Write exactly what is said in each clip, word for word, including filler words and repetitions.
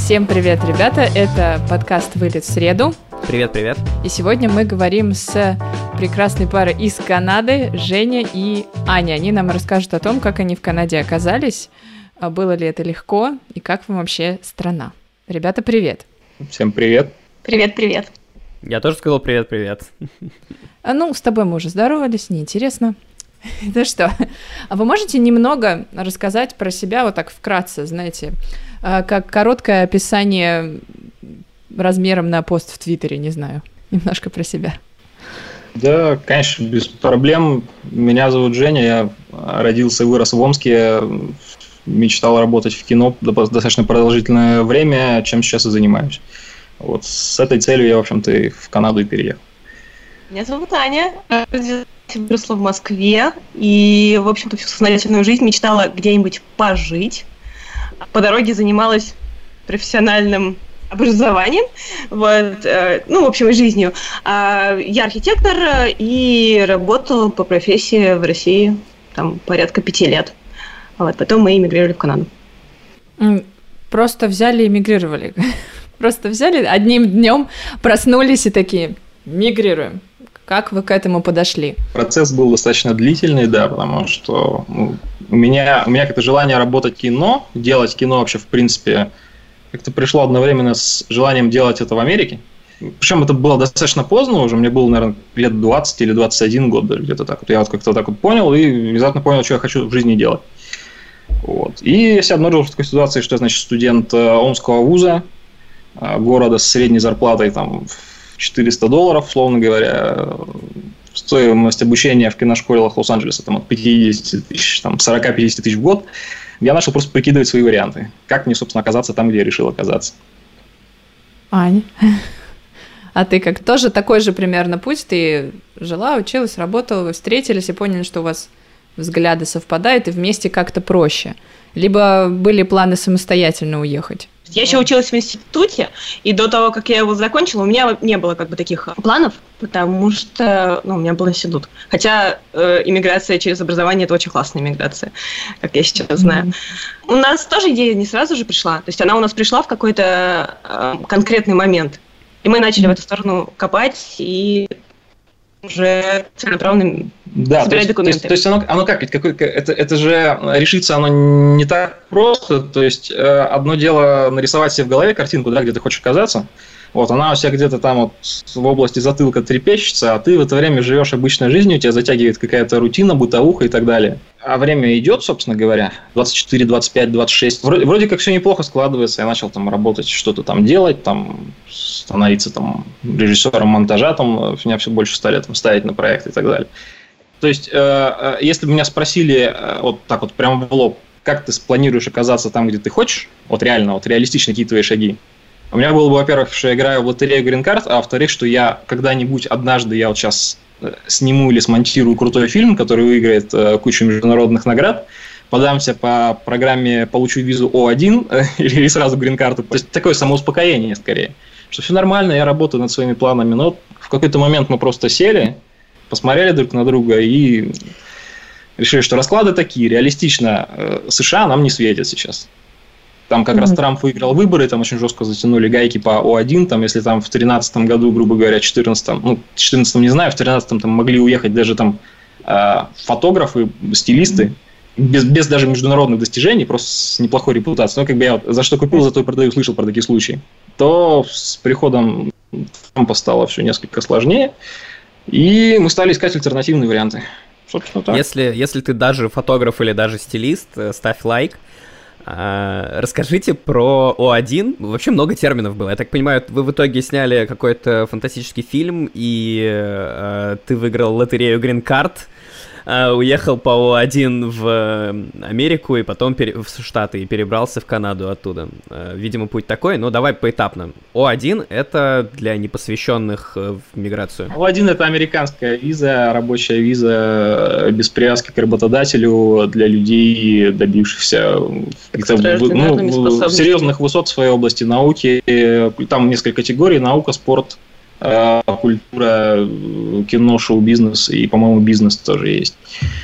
Всем привет, ребята! Это подкаст «Вылет в среду». Привет-привет. И сегодня мы говорим с прекрасной парой из Канады, Женя и Аня. Они нам расскажут о том, как они в Канаде оказались, было ли это легко и как вам вообще страна. Ребята, привет! Всем привет! Привет-привет! Я тоже сказал привет-привет. А ну, с тобой мы уже здоровались, неинтересно. Ну что, а вы можете немного рассказать про себя вот так вкратце, знаете, как короткое описание размером на пост в Твиттере, не знаю, немножко про себя. Да, конечно, без проблем. Меня зовут Женя, я родился и вырос в Омске, мечтал работать в кино достаточно продолжительное время, чем сейчас и занимаюсь. Вот с этой целью я, в общем-то, и в Канаду и переехал. Меня зовут Аня, выросла в Москве и, в общем-то, всю сознательную жизнь мечтала где-нибудь пожить. По дороге занималась профессиональным образованием, вот, ну, в общем, и жизнью. Я архитектор и работала по профессии в России там порядка пяти лет. Вот, потом мы эмигрировали в Канаду. Просто взяли и эмигрировали. Просто взяли, одним днем проснулись и такие, мигрируем. Как вы к этому подошли? Процесс был достаточно длительный, да, потому что ну, у меня, у меня как-то желание работать в кино, делать кино вообще в принципе, как-то пришло одновременно с желанием делать это в Америке. Причем это было достаточно поздно уже, мне было, наверное, лет двадцать или двадцать один год, даже где-то так. Я вот как-то так вот понял и внезапно понял, что я хочу в жизни делать. Вот. И я себя обнаружил в такой ситуации, что я, значит, студент Омского вуза, города с средней зарплатой там четыреста долларов, условно говоря, стоимость обучения в киношколах Лос-Анджелеса там, от пятьдесят тысяч, там, сорок-пятьдесят тысяч в год, я начал просто прикидывать свои варианты. Как мне, собственно, оказаться там, где я решил оказаться. Аня, а ты как тоже такой же примерно путь? Ты жила, училась, работала, вы встретились и поняли, что у вас взгляды совпадают, и вместе как-то проще? Либо были планы самостоятельно уехать? Я еще училась в институте, и до того, как я его закончила, у меня не было как бы таких планов, потому что ну, у меня был институт. Хотя э, иммиграция через образование – это очень классная иммиграция, как я сейчас знаю. Mm-hmm. У нас тоже идея не сразу же пришла, то есть она у нас пришла в какой-то э, конкретный момент, и мы начали mm-hmm. в эту сторону копать, и уже целенаправленно да, собирать то есть, документы. То есть, то есть оно, оно как, какой, это, это же решится оно не так просто. То есть одно дело нарисовать себе в голове картинку, да, где ты хочешь оказаться. Вот, она у тебя где-то там вот в области затылка трепещется, а ты в это время живешь обычной жизнью, тебя затягивает какая-то рутина, бытовуха и так далее. А время идет, собственно говоря, двадцать четыре, двадцать пять, двадцать шесть. Вроде, вроде как все неплохо складывается. Я начал там работать, что-то там делать, там становиться там режиссером монтажа, там меня все больше стали там ставить на проект и так далее. То есть, э, если бы меня спросили э, вот так вот прямо в лоб, как ты спланируешь оказаться там, где ты хочешь, вот реально, вот реалистично какие твои шаги, у меня было бы, во-первых, что я играю в лотерею Green Card, а во-вторых, что я когда-нибудь однажды, я вот сейчас сниму или смонтирую крутой фильм, который выиграет э, кучу международных наград, подамся по программе «Получу визу О один» или сразу Green Card. То есть такое самоуспокоение скорее, что все нормально, я работаю над своими планами, но в какой-то момент мы просто сели, посмотрели друг на друга и решили, что расклады такие, реалистично, э, США нам не светят сейчас. Там как mm-hmm. раз Трамп выиграл выборы, там очень жестко затянули гайки по О один, там, если там в тринадцатом году, грубо говоря, в четырнадцатом, ну, в четырнадцатом не знаю, в тринадцатом там могли уехать даже там э, фотографы, стилисты, mm-hmm. без, без даже международных достижений, просто с неплохой репутацией, ну, как бы я вот за что купил, за то и продаю, слышал про такие случаи, то с приходом Трампа стало все несколько сложнее, и мы стали искать альтернативные варианты. Собственно, так. Если, если ты даже фотограф или даже стилист, ставь лайк. А, расскажите про О один. Вообще много терминов было. Я так понимаю, вы в итоге сняли какой-то фантастический фильм, и а, ты выиграл лотерею Green Card, а, уехал по О один в Америку и потом пере... в Штаты и перебрался в Канаду оттуда. А, видимо, путь такой, но давай поэтапно. О один — это для непосвященных в миграцию. О один — это американская виза, рабочая виза без привязки к работодателю для людей, добившихся ну, серьезных высот в своей области науки. Там несколько категорий: наука, спорт, культура, кино, шоу-бизнес и, по-моему, бизнес тоже есть.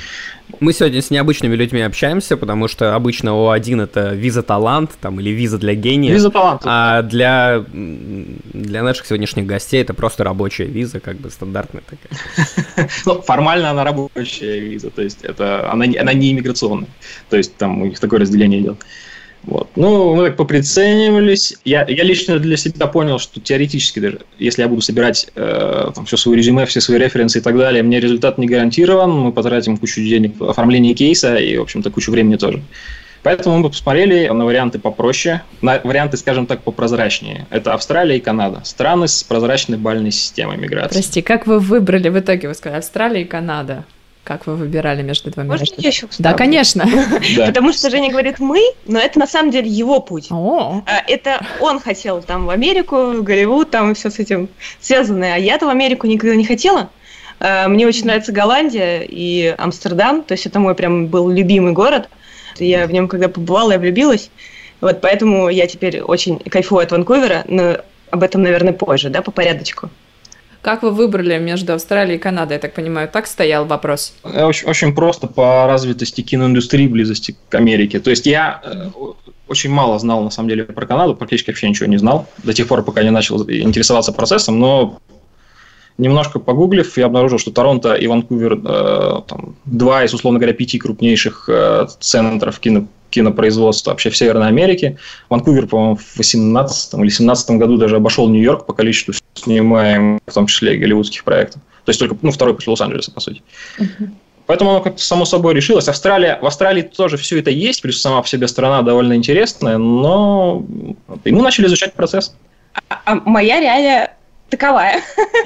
Мы сегодня с необычными людьми общаемся, потому что обычно О один это виза-талант, там, или виза для гения. Виза-талант. А для, для наших сегодняшних гостей это просто рабочая виза, как бы стандартная такая. Ну, формально она рабочая виза, то есть это, она, она не иммиграционная. То есть там у них такое разделение идет. Вот. Ну, мы так поприценивались. Я, я лично для себя понял, что теоретически даже, если я буду собирать э, там, все свое резюме, все свои референсы и так далее, мне результат не гарантирован, мы потратим кучу денег в оформлении кейса и, в общем-то, кучу времени тоже. Поэтому мы посмотрели на варианты попроще, на варианты, скажем так, попрозрачнее. Это Австралия и Канада. Страны с прозрачной бальной системой миграции. Прости, как вы выбрали в итоге, вы сказали, Австралия и Канада? Как вы выбирали между двумя? Можно я еще вставлю? Да, конечно. Потому что Женя говорит «мы», но это на самом деле его путь. О. Это он хотел там в Америку, в Голливуд, там все с этим связано. А я-то в Америку никогда не хотела. Мне очень нравится Голландия и Амстердам. То есть это мой прям был любимый город. Я в нем когда побывала, я влюбилась. Вот поэтому я теперь очень кайфую от Ванкувера. Но об этом, наверное, позже, да, по порядочку. Как вы выбрали между Австралией и Канадой? Я так понимаю, так стоял вопрос? Очень, очень просто по развитости киноиндустрии, близости к Америке. То есть я э, очень мало знал, на самом деле, про Канаду, практически вообще ничего не знал, до тех пор, пока не начал интересоваться процессом, но немножко погуглив, я обнаружил, что Торонто и Ванкувер э, там, два из, условно говоря, пяти крупнейших э, центров кино, кинопроизводства вообще в Северной Америке. Ванкувер, по-моему, в восемнадцатом или семнадцатом году даже обошел Нью-Йорк по количеству снимаемых, в том числе, голливудских проектов. То есть только, ну, второй после Лос-Анджелеса, по сути. Uh-huh. Поэтому оно как-то само собой решилось. Австралия, в Австралии тоже все это есть, плюс сама по себе страна довольно интересная, но и мы начали изучать процесс. А, а моя реалия таковая.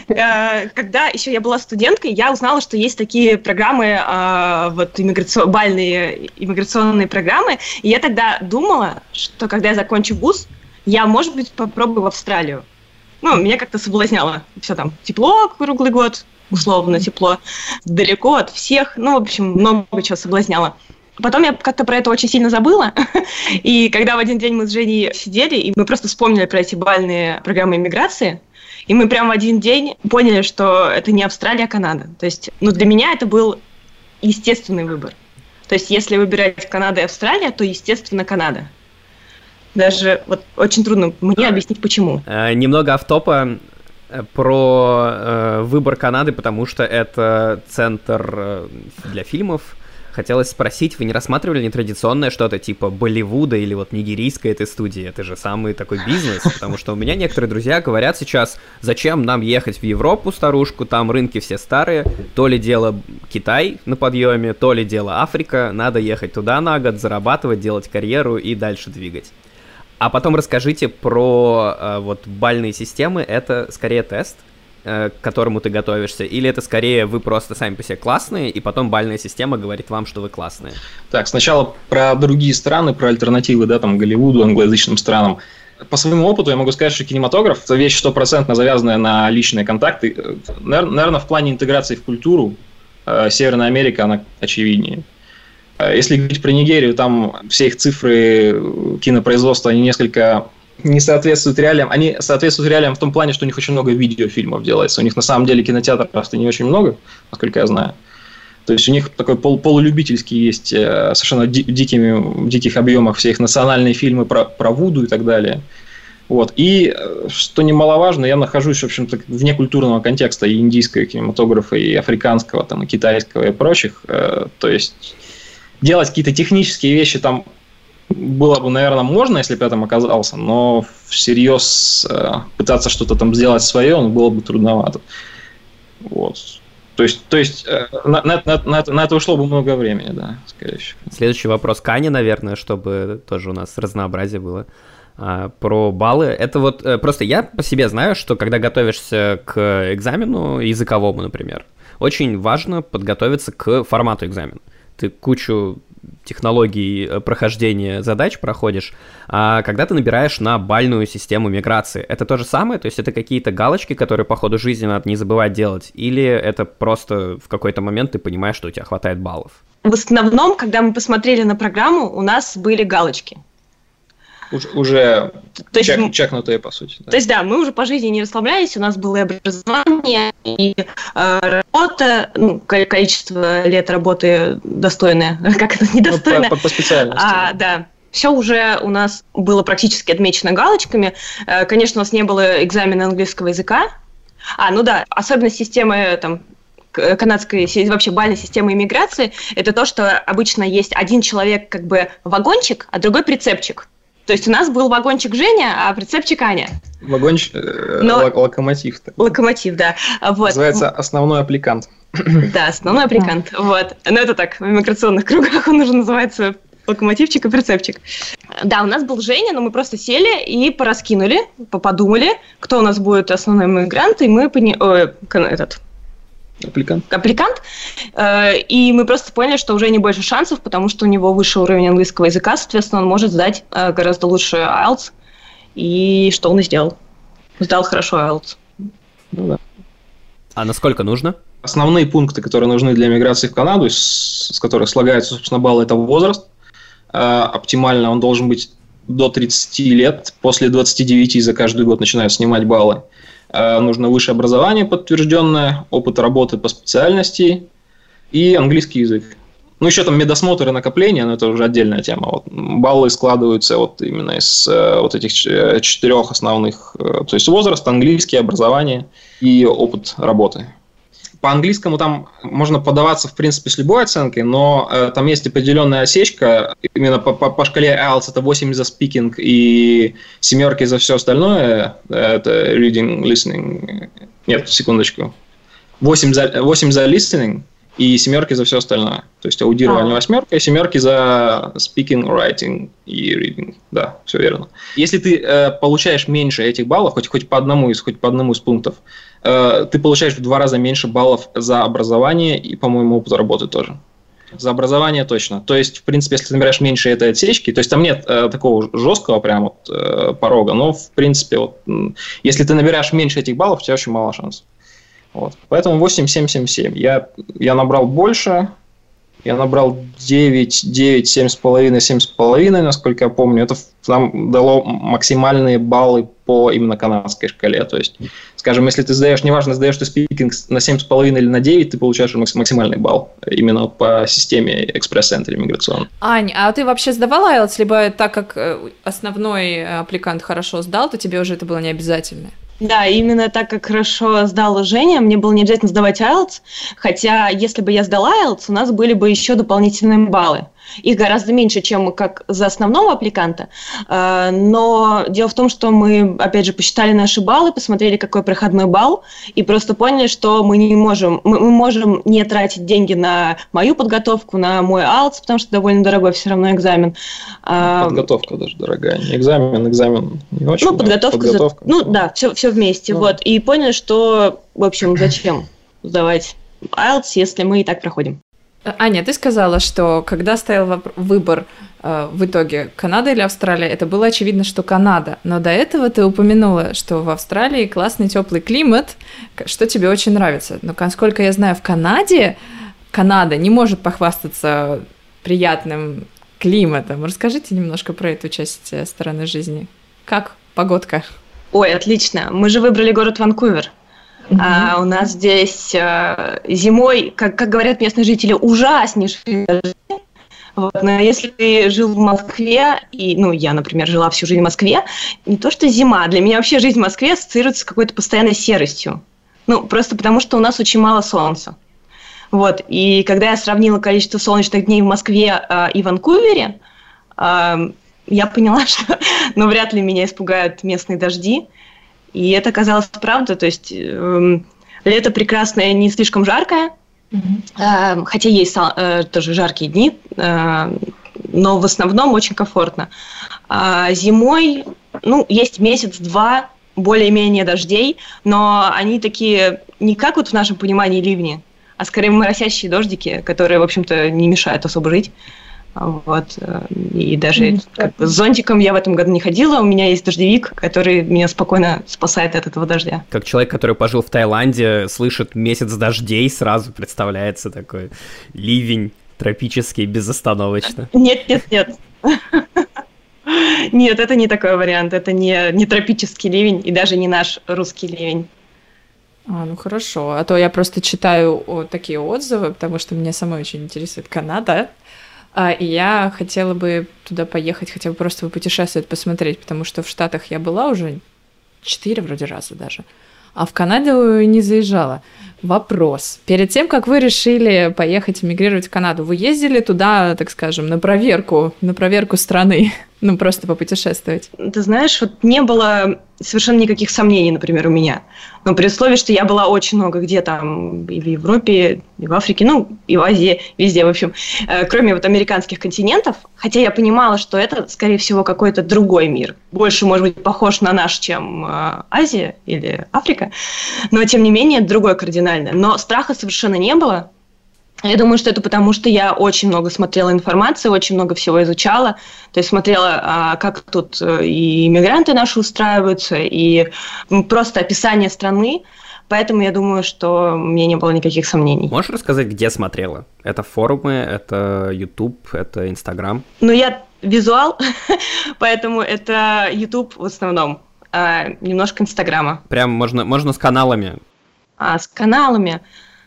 Когда еще я была студенткой, я узнала, что есть такие программы, вот бальные иммиграционные программы, и я тогда думала, что когда я закончу вуз, я, может быть, попробую в Австралию. Ну, меня как-то соблазняло. Все там тепло круглый год, условно тепло, далеко от всех, ну, в общем, много чего соблазняло. Потом я как-то про это очень сильно забыла, и когда в один день мы с Женей сидели, и мы просто вспомнили про эти бальные программы иммиграции, и мы прямо в один день поняли, что это не Австралия, а Канада. То есть, ну, для меня это был естественный выбор. То есть, если выбирать Канада и Австралия, то, естественно, Канада. Даже вот очень трудно мне объяснить, почему. Немного автопа про э, выбор Канады, потому что это центр для фильмов. Хотелось спросить, вы не рассматривали нетрадиционное что-то типа Болливуда или вот нигерийской этой студии? Это же самый такой бизнес, потому что у меня некоторые друзья говорят сейчас, зачем нам ехать в Европу, старушку, там рынки все старые, то ли дело Китай на подъеме, то ли дело Африка, надо ехать туда на год, зарабатывать, делать карьеру и дальше двигать. А потом расскажите про э, вот бальные системы, это скорее тест, к которому ты готовишься, или это скорее вы просто сами по себе классные, и потом бальная система говорит вам, что вы классные? Так, сначала про другие страны, про альтернативы, да, там, Голливуду, англоязычным странам. По своему опыту я могу сказать, что кинематограф – это вещь стопроцентно завязанная на личные контакты. Наверное, в плане интеграции в культуру Северная Америка, она очевиднее. Если говорить про Нигерию, там все их цифры кинопроизводства, они несколько не соответствуют реалиям. Они соответствуют реалиям в том плане, что у них очень много видеофильмов делается. У них на самом деле кинотеатров просто не очень много, насколько я знаю. То есть у них такой пол- полулюбительский есть совершенно ди- дикими, в диких объемах все их национальные фильмы про, про Вуду и так далее. Вот. И, что немаловажно, я нахожусь, в общем-то, вне культурного контекста и индийского кинематографа, и африканского, там, и китайского, и прочих. То есть делать какие-то технические вещи там было бы, наверное, можно, если бы я там оказался, но всерьез э, пытаться что-то там сделать свое, ну, было бы трудновато. Вот. То есть, то есть э, на, на, на, на, на это ушло бы много времени, да, скорее всего. Следующий вопрос к Ане, наверное, чтобы тоже у нас разнообразие было. А, про баллы. Это вот э, просто я по себе знаю, что когда готовишься к экзамену языковому, например, очень важно подготовиться к формату экзамена. Ты кучу технологий прохождения задач проходишь, а когда ты набираешь на бальную систему миграции, это то же самое? То есть это какие-то галочки, которые по ходу жизни надо не забывать делать? Или это просто в какой-то момент ты понимаешь, что у тебя хватает баллов? В основном, когда мы посмотрели на программу, у нас были галочки. Уже, уже то чек, есть, чекнутые, по сути. Да. То есть, да, мы уже по жизни не расслаблялись, у нас было и образование, и э, работа, ну, количество лет работы достойное, как это, недостойное. Ну, по, по, по специальности. А, да. Все уже у нас было практически отмечено галочками. Э, конечно, у нас не было экзамена английского языка. А, ну да, особенность системы там, канадской, вообще бальной системы иммиграции, это то, что обычно есть один человек как бы вагончик, а другой прицепчик. То есть у нас был вагончик Женя, а прицепчик Аня. Вагончик, Но... л- локомотив. Локомотив, да. Вот. Называется основной аппликант. Да, основной аппликант. Вот. Но это так, в иммиграционных кругах он уже называется локомотивчик и прицепчик. Да, у нас был Женя, но мы просто сели и пораскинули, подумали, кто у нас будет основной иммигрант, и мы пони... О, этот... Аппликант. Аппликант. И мы просто поняли, что уже не больше шансов, потому что у него выше уровень английского языка, соответственно, он может сдать гораздо лучше айлтс. И что он и сделал. Сдал хорошо айлтс. Ну да. А насколько нужно? Основные пункты, которые нужны для миграции в Канаду, с, с которых слагается, собственно, балл, это возраст. Оптимально он должен быть до тридцати лет. После двадцати девяти за каждый год начинают снимать баллы. Нужно высшее образование подтвержденное, опыт работы по специальности и английский язык. Ну, еще там медосмотр и накопление, но это уже отдельная тема. Вот, баллы складываются вот именно из вот этих четырех основных, то есть возраст, английский, образование и опыт работы. По английскому там можно подаваться, в принципе, с любой оценкой, но э, там есть определенная осечка. Именно по, по, по шкале айлтс это восемь за speaking и семерки за все остальное. Это reading, listening. Нет, секундочку. восемь за, восемь за listening и семерки за все остальное. То есть аудирование восьмерка и семерки за speaking, writing и reading. Да, все верно. Если ты э, получаешь меньше этих баллов, хоть, хоть по одному из, хоть по одному из пунктов, ты получаешь в два раза меньше баллов за образование и, по-моему, опыт работы тоже. За образование точно. То есть, в принципе, если ты набираешь меньше этой отсечки, то есть там нет э, такого жесткого прям вот э, порога, но, в принципе, вот, э, если ты набираешь меньше этих баллов, у тебя очень мало шансов. Вот. Поэтому восемь семь семь семь. Я, я набрал больше. Я набрал девять, девять, семь с половиной, семь с половиной, насколько я помню. Это нам дало максимальные баллы по именно канадской шкале. То есть, скажем, если ты сдаешь, неважно, сдаешь ты спикинг на семь с половиной или на девять, ты получаешь максимальный балл именно по системе экспресс-энтри иммиграционной. Ань, а ты вообще сдавала айлтс, либо так как основной аппликант хорошо сдал, то тебе уже это было не обязательно? Да, именно так как хорошо сдала Женя, мне было не обязательно сдавать айлтс, хотя если бы я сдала айлтс, у нас были бы еще дополнительные баллы. Их гораздо меньше, чем как за основного аппликанта, но дело в том, что мы, опять же, посчитали наши баллы, посмотрели, какой проходной балл, и просто поняли, что мы не можем, мы можем не тратить деньги на мою подготовку, на мой айлтс, потому что довольно дорогой все равно экзамен. Подготовка даже дорогая, не экзамен, экзамен не очень. Ну, подготовка, подготовка. За... ну да, все, все вместе, ну. Вот, и поняли, что, в общем, зачем сдавать айлтс, если мы и так проходим. Аня, ты сказала, что когда стоял выбор э, в итоге Канада или Австралия, это было очевидно, что Канада. Но до этого ты упомянула, что в Австралии классный теплый климат, что тебе очень нравится. Но, насколько я знаю, в Канаде Канада не может похвастаться приятным климатом. Расскажите немножко про эту часть стороны жизни. Как погодка? Ой, отлично. Мы же выбрали город Ванкувер. Mm-hmm. А у нас здесь а, зимой, как, как говорят местные жители, ужаснейшие дожди. Вот. Но если ты жил в Москве, и, ну, я, например, жила всю жизнь в Москве, не то что зима, для меня вообще жизнь в Москве ассоциируется с какой-то постоянной серостью. Ну, просто потому что у нас очень мало солнца. Вот. И когда я сравнила количество солнечных дней в Москве а, и Ванкувере, а, я поняла, что ну, вряд ли меня испугают местные дожди. И это оказалось правда, то есть э, лето прекрасное, не слишком жаркое, mm-hmm. э, хотя есть э, тоже жаркие дни, э, но в основном очень комфортно. А зимой, ну, есть месяц-два более-менее дождей, но они такие не как вот в нашем понимании ливни, а скорее моросящие дождики, которые, в общем-то, не мешают особо жить. Вот. И даже mm-hmm. как бы, с зонтиком я в этом году не ходила. У меня есть дождевик, который меня спокойно спасает от этого дождя. Как человек, который пожил в Таиланде, слышит месяц дождей, сразу представляется такой ливень тропический безостановочно. Нет, нет, нет. Нет, это не такой вариант. Это не, не тропический ливень и даже не наш русский ливень. А, ну хорошо. А то я просто читаю о, такие отзывы, потому что меня самой очень интересует Канада. А, и я хотела бы туда поехать, хотя бы просто путешествовать, посмотреть, потому что в Штатах я была уже четыре вроде раза даже, а в Канаду не заезжала. Вопрос. Перед тем, как вы решили поехать эмигрировать в Канаду, вы ездили туда, так скажем, на проверку, на проверку страны, ну, просто попутешествовать? Ты знаешь, вот не было совершенно никаких сомнений, например, у меня. Но при условии, что я была очень много где там, и в Европе, и в Африке, ну, и в Азии, везде, в общем, э, кроме вот американских континентов, хотя я понимала, что это, скорее всего, какой-то другой мир, больше, может быть, похож на наш, чем э, Азия или Африка, но, тем не менее, другой кардинально. Но страха совершенно не было. Я думаю, что это потому, что я очень много смотрела информации, очень много всего изучала. То есть смотрела, как тут и иммигранты наши устраиваются, и просто описание страны. Поэтому я думаю, что у меня не было никаких сомнений. Можешь рассказать, где смотрела? Это форумы, это YouTube, это Instagram? Ну, я визуал, поэтому это YouTube в основном, а немножко Инстаграма. Прям можно, можно с каналами? А, с каналами...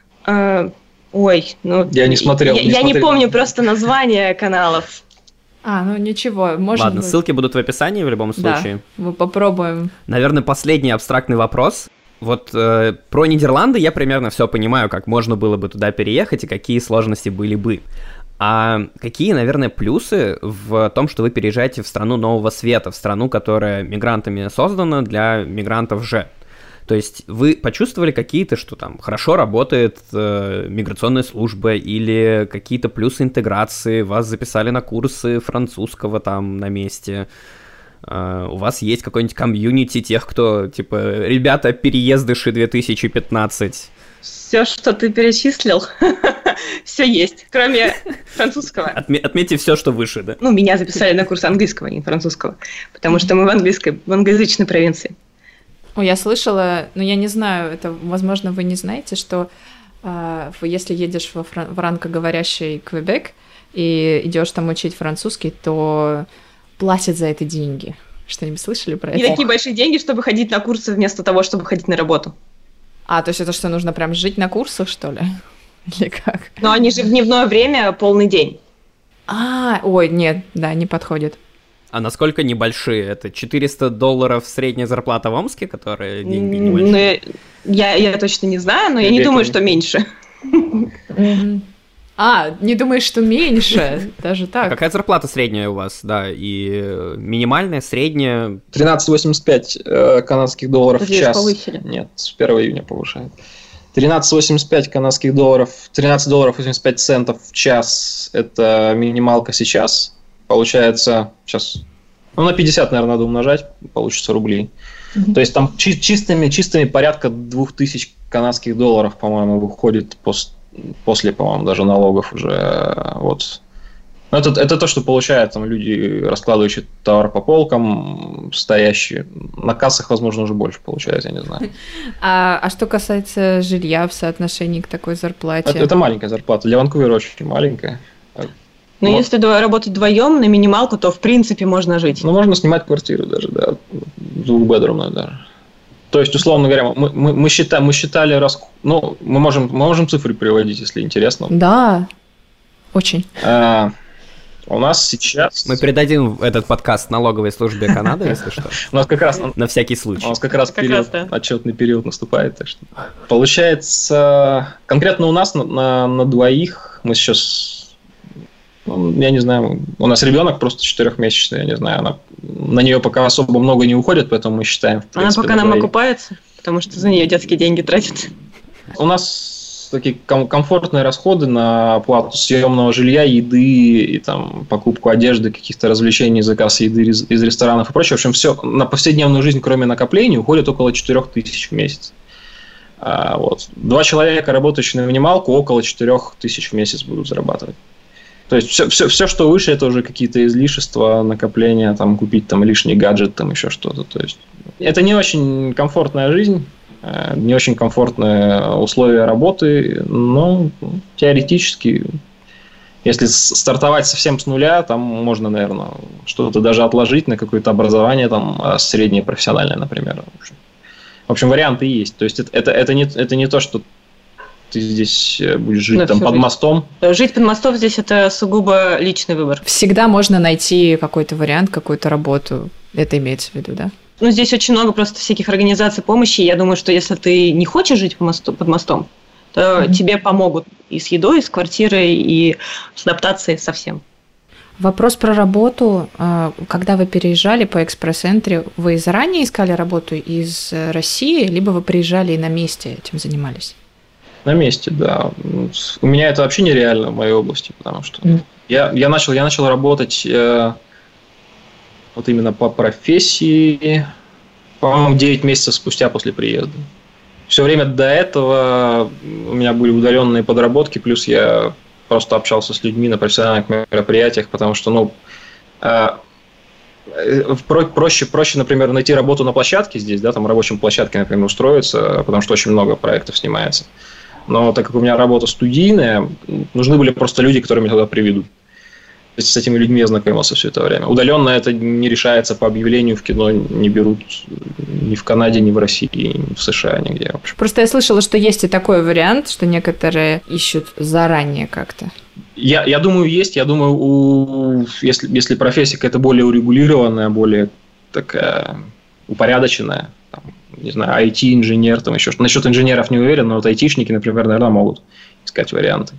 Ой, ну... Я не смотрел. Я не, я смотрел. не помню просто название каналов. А, ну ничего, может Ладно, быть. ссылки будут в описании в любом случае. Да, мы попробуем. Наверное, последний абстрактный вопрос. Вот э, про Нидерланды я примерно все понимаю, как можно было бы туда переехать и какие сложности были бы. А какие, наверное, плюсы в том, что вы переезжаете в страну нового света, в страну, которая мигрантами создана для мигрантов же? То есть вы почувствовали какие-то, что там хорошо работает э, миграционная служба или какие-то плюсы интеграции, вас записали на курсы французского там на месте, э, у вас есть какой-нибудь комьюнити тех, кто, типа, ребята, переездыши две тысячи пятнадцать? Все, что ты перечислил, все есть, кроме французского. Отме- отметьте все, что выше, да? Ну, меня записали на курс английского, не французского, потому что мы в английской, в англоязычной провинции. Ой, я слышала, но я не знаю, это, возможно, вы не знаете, что э, если едешь во фран- в франкоговорящий Квебек и идешь там учить французский, то платят за это деньги. Что-нибудь слышали про это? Не такие большие деньги, чтобы ходить на курсы вместо того, чтобы ходить на работу. А, то есть это что, нужно прям жить на курсах, что ли? Или как? Но они же в дневное время полный день. А, ой, нет, да, не подходит. А насколько небольшие? Это четыреста долларов средняя зарплата в Омске, которая деньги небольшие? Ну, я, я точно не знаю, но я не думаю, что меньше. А, не думаешь, что меньше? Даже так. А какая зарплата средняя у вас? Да, и минимальная, средняя? тринадцать восемьдесят пять э, канадских долларов в час. Повысили? Нет, с первого июня повышают. тринадцать восемьдесят пять канадских долларов, тринадцать долларов восемьдесят пять центов в час – это минималка сейчас. Получается, сейчас, ну, на пятьдесят, наверное, надо умножать, получится рублей. Mm-hmm. То есть там чи- чистыми, чистыми порядка двух тысяч канадских долларов, по-моему, выходит пос- после, по-моему, даже налогов уже. Вот. Это, это то, что получают там люди, раскладывающие товар по полкам, стоящие. На кассах, возможно, уже больше получают, я не знаю. А, а что касается жилья в соотношении к такой зарплате? Это, это маленькая зарплата. Для Ванкувера очень маленькая. Ну, вот. Если работать вдвоем на минималку, то в принципе можно жить. Ну, можно снимать квартиру даже, да, двухбедрумную даже. То есть, условно говоря, мы, мы, мы, считали, мы считали расход. Ну, мы можем, мы можем цифры приводить, если интересно. Да, очень. А, у нас сейчас... Мы передадим этот подкаст налоговой службе Канады, если что. У нас как раз... На всякий случай. У нас как раз период, отчетный период наступает. Так что. Получается, конкретно у нас на, на двоих мы сейчас... Я не знаю, у нас ребенок просто четырехмесячный, я не знаю, она, на нее пока особо много не уходит, поэтому мы считаем, в принципе, она пока нам окупается, потому что за нее детские деньги тратят. У нас такие ком- комфортные расходы на оплату съемного жилья, еды и там покупку одежды, каких-то развлечений, заказ еды из, из ресторанов и прочее. В общем, все на повседневную жизнь, кроме накоплений, уходит около четырех тысяч в месяц. А, вот. Два человека, работающие на минималку, около четырех тысяч в месяц будут зарабатывать. То есть все, все, все, что выше, это уже какие-то излишества, накопления, там, купить там, лишний гаджет, там, еще что-то. То есть это не очень комфортная жизнь, не очень комфортные условия работы, но теоретически, Если стартовать совсем с нуля, там можно, наверное, что-то даже отложить на какое-то образование там, среднее профессиональное, например. В общем, в общем варианты есть. То есть это, это, это, не, это не то, что ты здесь будешь жить там, под жизнь. мостом. Жить под мостом здесь это сугубо личный выбор. Всегда можно найти какой-то вариант, какую-то работу. Это имеется в виду, да? Ну, здесь очень много просто всяких организаций помощи. Я думаю, что если ты не хочешь жить под мостом, под мостом то mm-hmm. тебе помогут и с едой, и с квартирой, и с адаптацией совсем. Вопрос про работу. Когда вы переезжали по экспресс-энтри, вы заранее искали работу из России, либо вы приезжали и на месте этим занимались? На месте, да. У меня это вообще нереально в моей области, потому что mm. я, я, начал, я начал работать э, вот именно по профессии, по-моему, девять месяцев спустя после приезда. Все время до этого у меня были удаленные подработки, плюс я просто общался с людьми на профессиональных мероприятиях, потому что, ну, э, проще, проще, например, найти работу на площадке здесь, да, там рабочей площадке, например, устроиться, потому что очень много проектов снимается. Но так как у меня работа студийная, нужны были просто люди, которые меня туда приведут. То есть с этими людьми я знакомился все это время. Удаленно это не решается по объявлению, в кино не берут ни в Канаде, ни в России, ни в США, нигде. Просто я слышала, что есть и такой вариант, что некоторые ищут заранее как-то. Я, я думаю, есть. Я думаю, у, если, если профессия какая-то более урегулированная, более такая упорядоченная, там, не знаю, ай ти-инженер, там еще что-то. Насчет инженеров не уверен, но вот айтишники, например, наверное, могут искать варианты.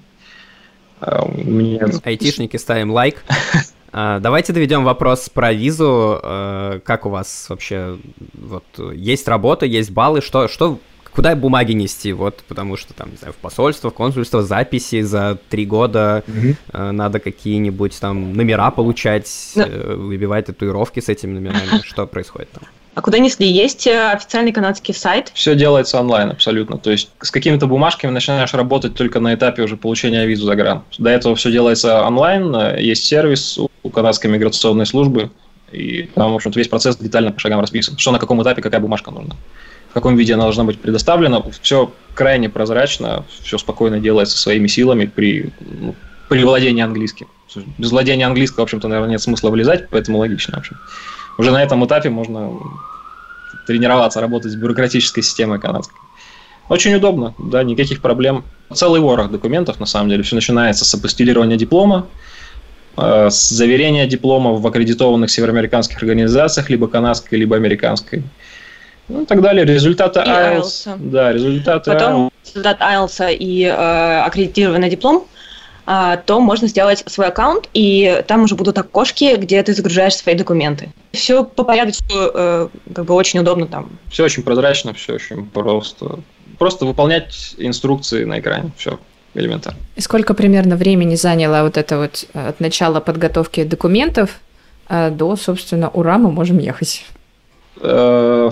Меня... Айтишники, ставим лайк. Давайте доведем вопрос про визу. Как у вас вообще вот есть работа, есть баллы, что, что, куда бумаги нести? Вот, потому что там, не знаю, в посольство, в консульство, записи за три года угу. надо какие-нибудь там номера получать, Но... выбивать татуировки с этими номерами. Что происходит там? А куда несли? Есть официальный канадский сайт? Все делается онлайн абсолютно. То есть с какими-то бумажками начинаешь работать только на этапе уже получения визы за гран. До этого все делается онлайн. Есть сервис у канадской миграционной службы. И там, в общем-то, весь процесс детально по шагам расписан. Что на каком этапе, какая бумажка нужна. В каком виде она должна быть предоставлена. Все крайне прозрачно. Все спокойно делается своими силами при, ну, при владении английским. Без владения английского, в общем-то, наверное, нет смысла влезать, поэтому логично, в общем. Уже на этом этапе можно тренироваться, работать с бюрократической системой канадской. Очень удобно, да, никаких проблем. Целый ворох документов, на самом деле. Все начинается с апостилирования диплома, э, с заверения дипломов в аккредитованных североамериканских организациях, либо канадской, либо американской. Ну и так далее. Результаты ай эл ти эс. Да, результаты Потом результат ай эл ти эс и э, аккредитированный диплом, то можно сделать свой аккаунт, и там уже будут окошки, где ты загружаешь свои документы. Все по порядку, как бы очень удобно там. Все очень прозрачно, все очень просто. Просто выполнять инструкции на экране, все элементарно. И сколько примерно времени заняло вот это вот от начала подготовки документов до, собственно, ура, мы можем ехать? Я...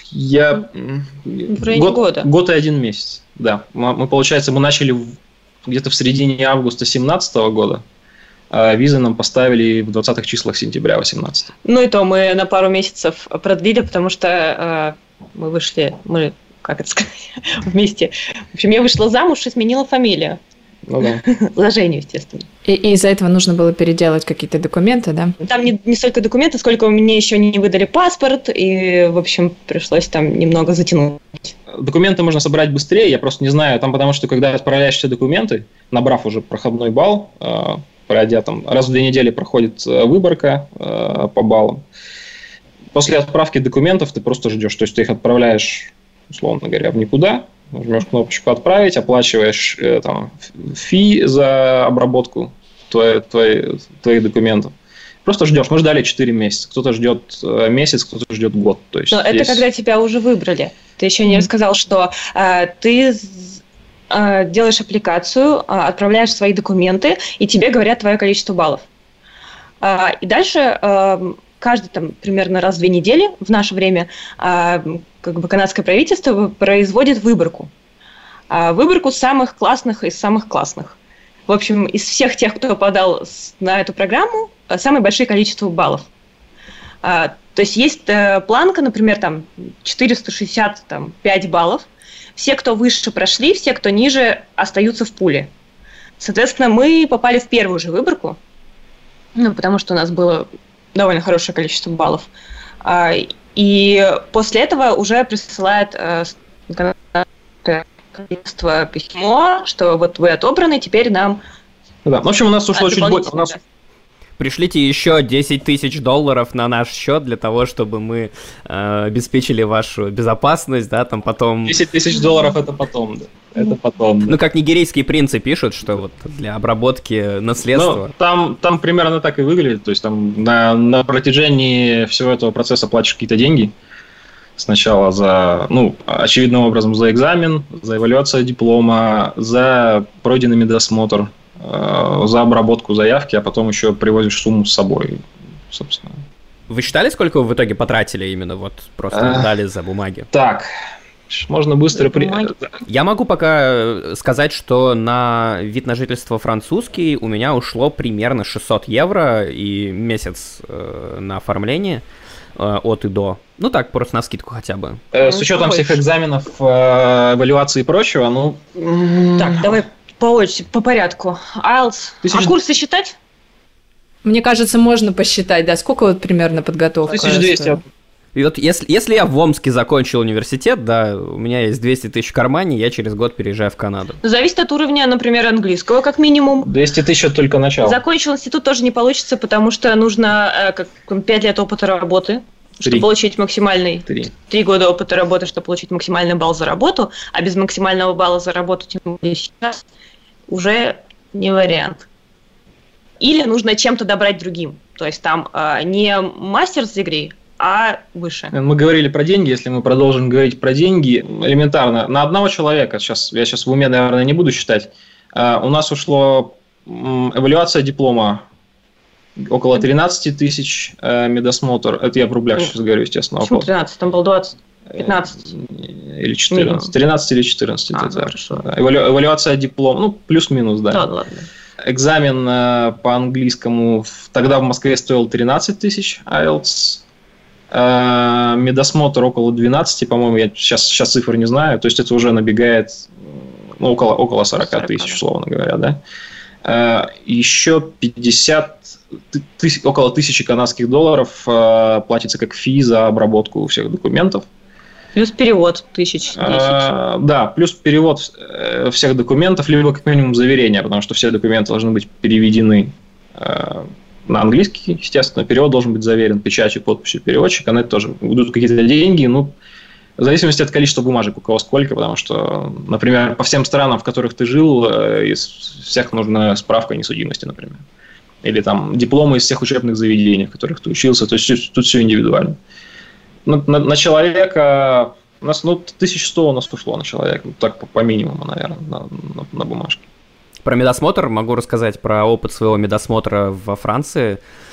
В районе года. Год и один месяц, да. Мы, получается, мы начали где-то в середине августа две тысячи семнадцатого года, а визы нам поставили в двадцатых числах сентября две тысячи восемнадцатого. Ну и то мы на пару месяцев продлили, потому что э, мы вышли, мы, как это сказать, вместе. В общем, я вышла замуж и сменила фамилию. Ну да. За Женю, естественно. И, и из-за этого нужно было переделать какие-то документы, да? Там не, не столько документы, сколько мне еще не выдали паспорт, и, в общем, пришлось там немного затянуть. Документы можно собрать быстрее, я просто не знаю, там потому что когда отправляешь все документы, набрав уже проходной балл, пройдя там раз в две недели проходит выборка по баллам. После отправки документов ты просто ждешь, то есть ты их отправляешь, условно говоря, в никуда, нажмешь кнопочку «Отправить», оплачиваешь там, фи за обработку твои, твои, твоих документов. Просто ждешь. Мы ждали четыре месяца. Кто-то ждет месяц, кто-то ждет год. То есть Но здесь... это когда тебя уже выбрали. Ты еще не рассказал, что э, ты э, делаешь аппликацию, э, отправляешь свои документы, и тебе говорят твое количество баллов. Э, и дальше э, каждый там примерно раз в две недели в наше время э, как бы канадское правительство производит выборку. Э, выборку самых классных из самых классных. В общем, из всех тех, кто подал на эту программу, самое большое количество баллов. А, то есть есть э, планка, например, там четыреста шестьдесят пять баллов. Все, кто выше, прошли, все, кто ниже, остаются в пуле. Соответственно, мы попали в первую же выборку, ну, потому что у нас было довольно хорошее количество баллов. И после этого уже присылает письмо, что вот вы отобраны, теперь нам... Да. В общем, у нас ушло чуть больше... Нас... Пришлите еще десять тысяч долларов на наш счет для того, чтобы мы э, обеспечили вашу безопасность, да, там потом... десять тысяч долларов это потом, да. Это потом, да. Ну, как нигерийские принцы пишут, что вот для обработки наследства... Ну, там, там примерно так и выглядит, то есть там на, на протяжении всего этого процесса платишь какие-то деньги. Сначала за, ну, очевидным образом за экзамен, за эвалюацию диплома, за пройденный медосмотр, за обработку заявки, а потом еще привозишь сумму с собой, собственно. Вы считали, сколько вы в итоге потратили именно вот просто а, дали за бумаги? Так, можно быстро... При... Я могу пока сказать, что на вид на жительство французский у меня ушло примерно шестьсот евро и месяц э, на оформление э, от и до. Ну так, просто на скидку хотя бы. Э, с учетом всех экзаменов, э, эвалюации и прочего, ну... Так, давай... По очереди, по порядку. айлтс. Тысяч... А курсы считать? Мне кажется, можно посчитать, да. Сколько вот примерно подготовка? тысяча двести. И вот если, если я в Омске закончил университет, да, у меня есть двести тысяч в кармане, я через год переезжаю в Канаду. Зависит от уровня, например, английского, как минимум. двести тысяч это только начало. Закончил институт тоже не получится, потому что нужно как, пять лет опыта работы. Чтобы Три. получить максимальный... Три. Три года опыта работы, чтобы получить максимальный балл за работу, а без максимального балла за работу, тем более сейчас, уже не вариант. Или нужно чем-то добрать другим. То есть там э, не мастер's degree, а выше. Мы говорили про деньги, если мы продолжим говорить про деньги, элементарно, на одного человека, сейчас, я сейчас в уме, наверное, не буду считать, э, у нас ушло э, эвалюация диплома, около тринадцать тысяч, э, медосмотр, это я в рублях сейчас говорю, естественно. Почему тринадцать? Там был двадцать, пятнадцать. Или четырнадцать. тринадцать или четырнадцать. А, это, хорошо. Да. Эвалю, эвалюация диплома, ну, плюс-минус, да. Да, ладно. Экзамен э, по английскому тогда в Москве стоил тринадцать тысяч айлтс. Э, медосмотр около двенадцать, по-моему, я сейчас, сейчас цифр не знаю, то есть это уже набегает ну, около, около сорок тысяч, условно говоря, да. Э, еще пятьдесят тысяч, около тысячи канадских долларов э, платится как фи за обработку всех документов. Плюс перевод тысяч десять. А, да, плюс перевод всех документов, либо как минимум заверение, потому что все документы должны быть переведены э, на английский, естественно, перевод должен быть заверен печатью, подписью переводчика, на это тоже идут какие-то деньги, ну, в зависимости от количества бумажек, у кого сколько, потому что, например, по всем странам, в которых ты жил, из всех нужна справка о несудимости, например. Или там дипломы из всех учебных заведений, в которых ты учился, то есть тут все индивидуально. На, на, на человека, у нас, ну, тысяча сто у нас ушло на человека, ну, так по, по минимуму, наверное, на, на, на бумажке. Про медосмотр могу рассказать про опыт своего медосмотра во Франции.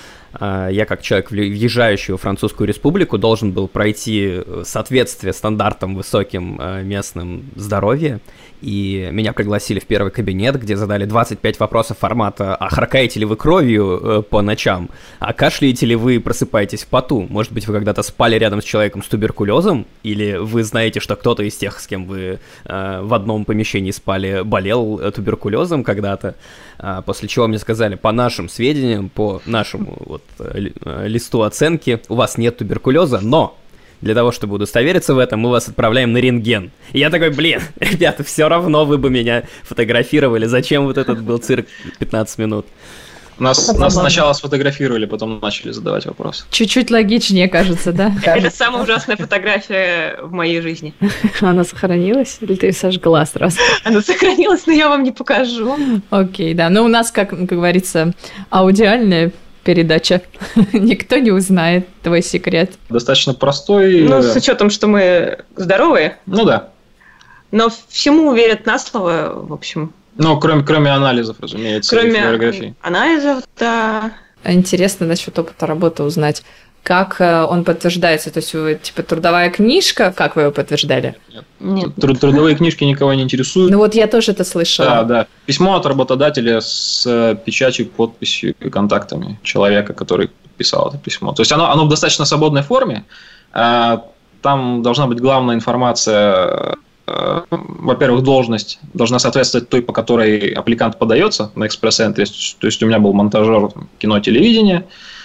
Я, как человек, въезжающий во Французскую республику, должен был пройти соответствие стандартам высоким местным здоровья. И меня пригласили в первый кабинет, где задали двадцать пять вопросов формата: а харкаете ли вы кровью по ночам? А кашляете ли вы, просыпаетесь в поту? Может быть, вы когда-то спали рядом с человеком с туберкулезом? Или вы знаете, что кто-то из тех, с кем вы э, в одном помещении спали, болел туберкулезом когда-то? А, после чего мне сказали: по нашим сведениям, по нашему вот, листу оценки, у вас нет туберкулеза, но... Для того, чтобы удостовериться в этом, мы вас отправляем на рентген. И я такой: блин, ребята, все равно вы бы меня фотографировали. Зачем вот этот был цирк пятнадцать минут? Нас, нас сначала сфотографировали, потом начали задавать вопросы. Чуть-чуть логичнее, кажется, да? Это самая ужасная фотография в моей жизни. Она сохранилась? Или ты сожгла сразу? Она сохранилась, но я вам не покажу. Окей, да. Ну, у нас, как, как говорится, аудиальная передача. Никто не узнает твой секрет. Достаточно простой. Ну, с учетом, что мы здоровые. Ну да. Но всему верят на слово, в общем. Ну, кроме, кроме анализов, разумеется. Кроме анализов, да. Интересно насчет опыта работы узнать. Как он подтверждается? То есть, вы, типа, трудовая книжка? Как вы его подтверждали? Нет. Нет. Труд, трудовые книжки никого не интересуют. Ну, вот я тоже это слышала. Да, да. Письмо от работодателя с печатью, подписью и контактами человека, который писал это письмо. То есть, оно, оно в достаточно свободной форме. Там должна быть главная информация во-первых, должность должна соответствовать той, по которой аппликант подается на экспресс-энтри. То есть у меня был монтажер кино, телевидения.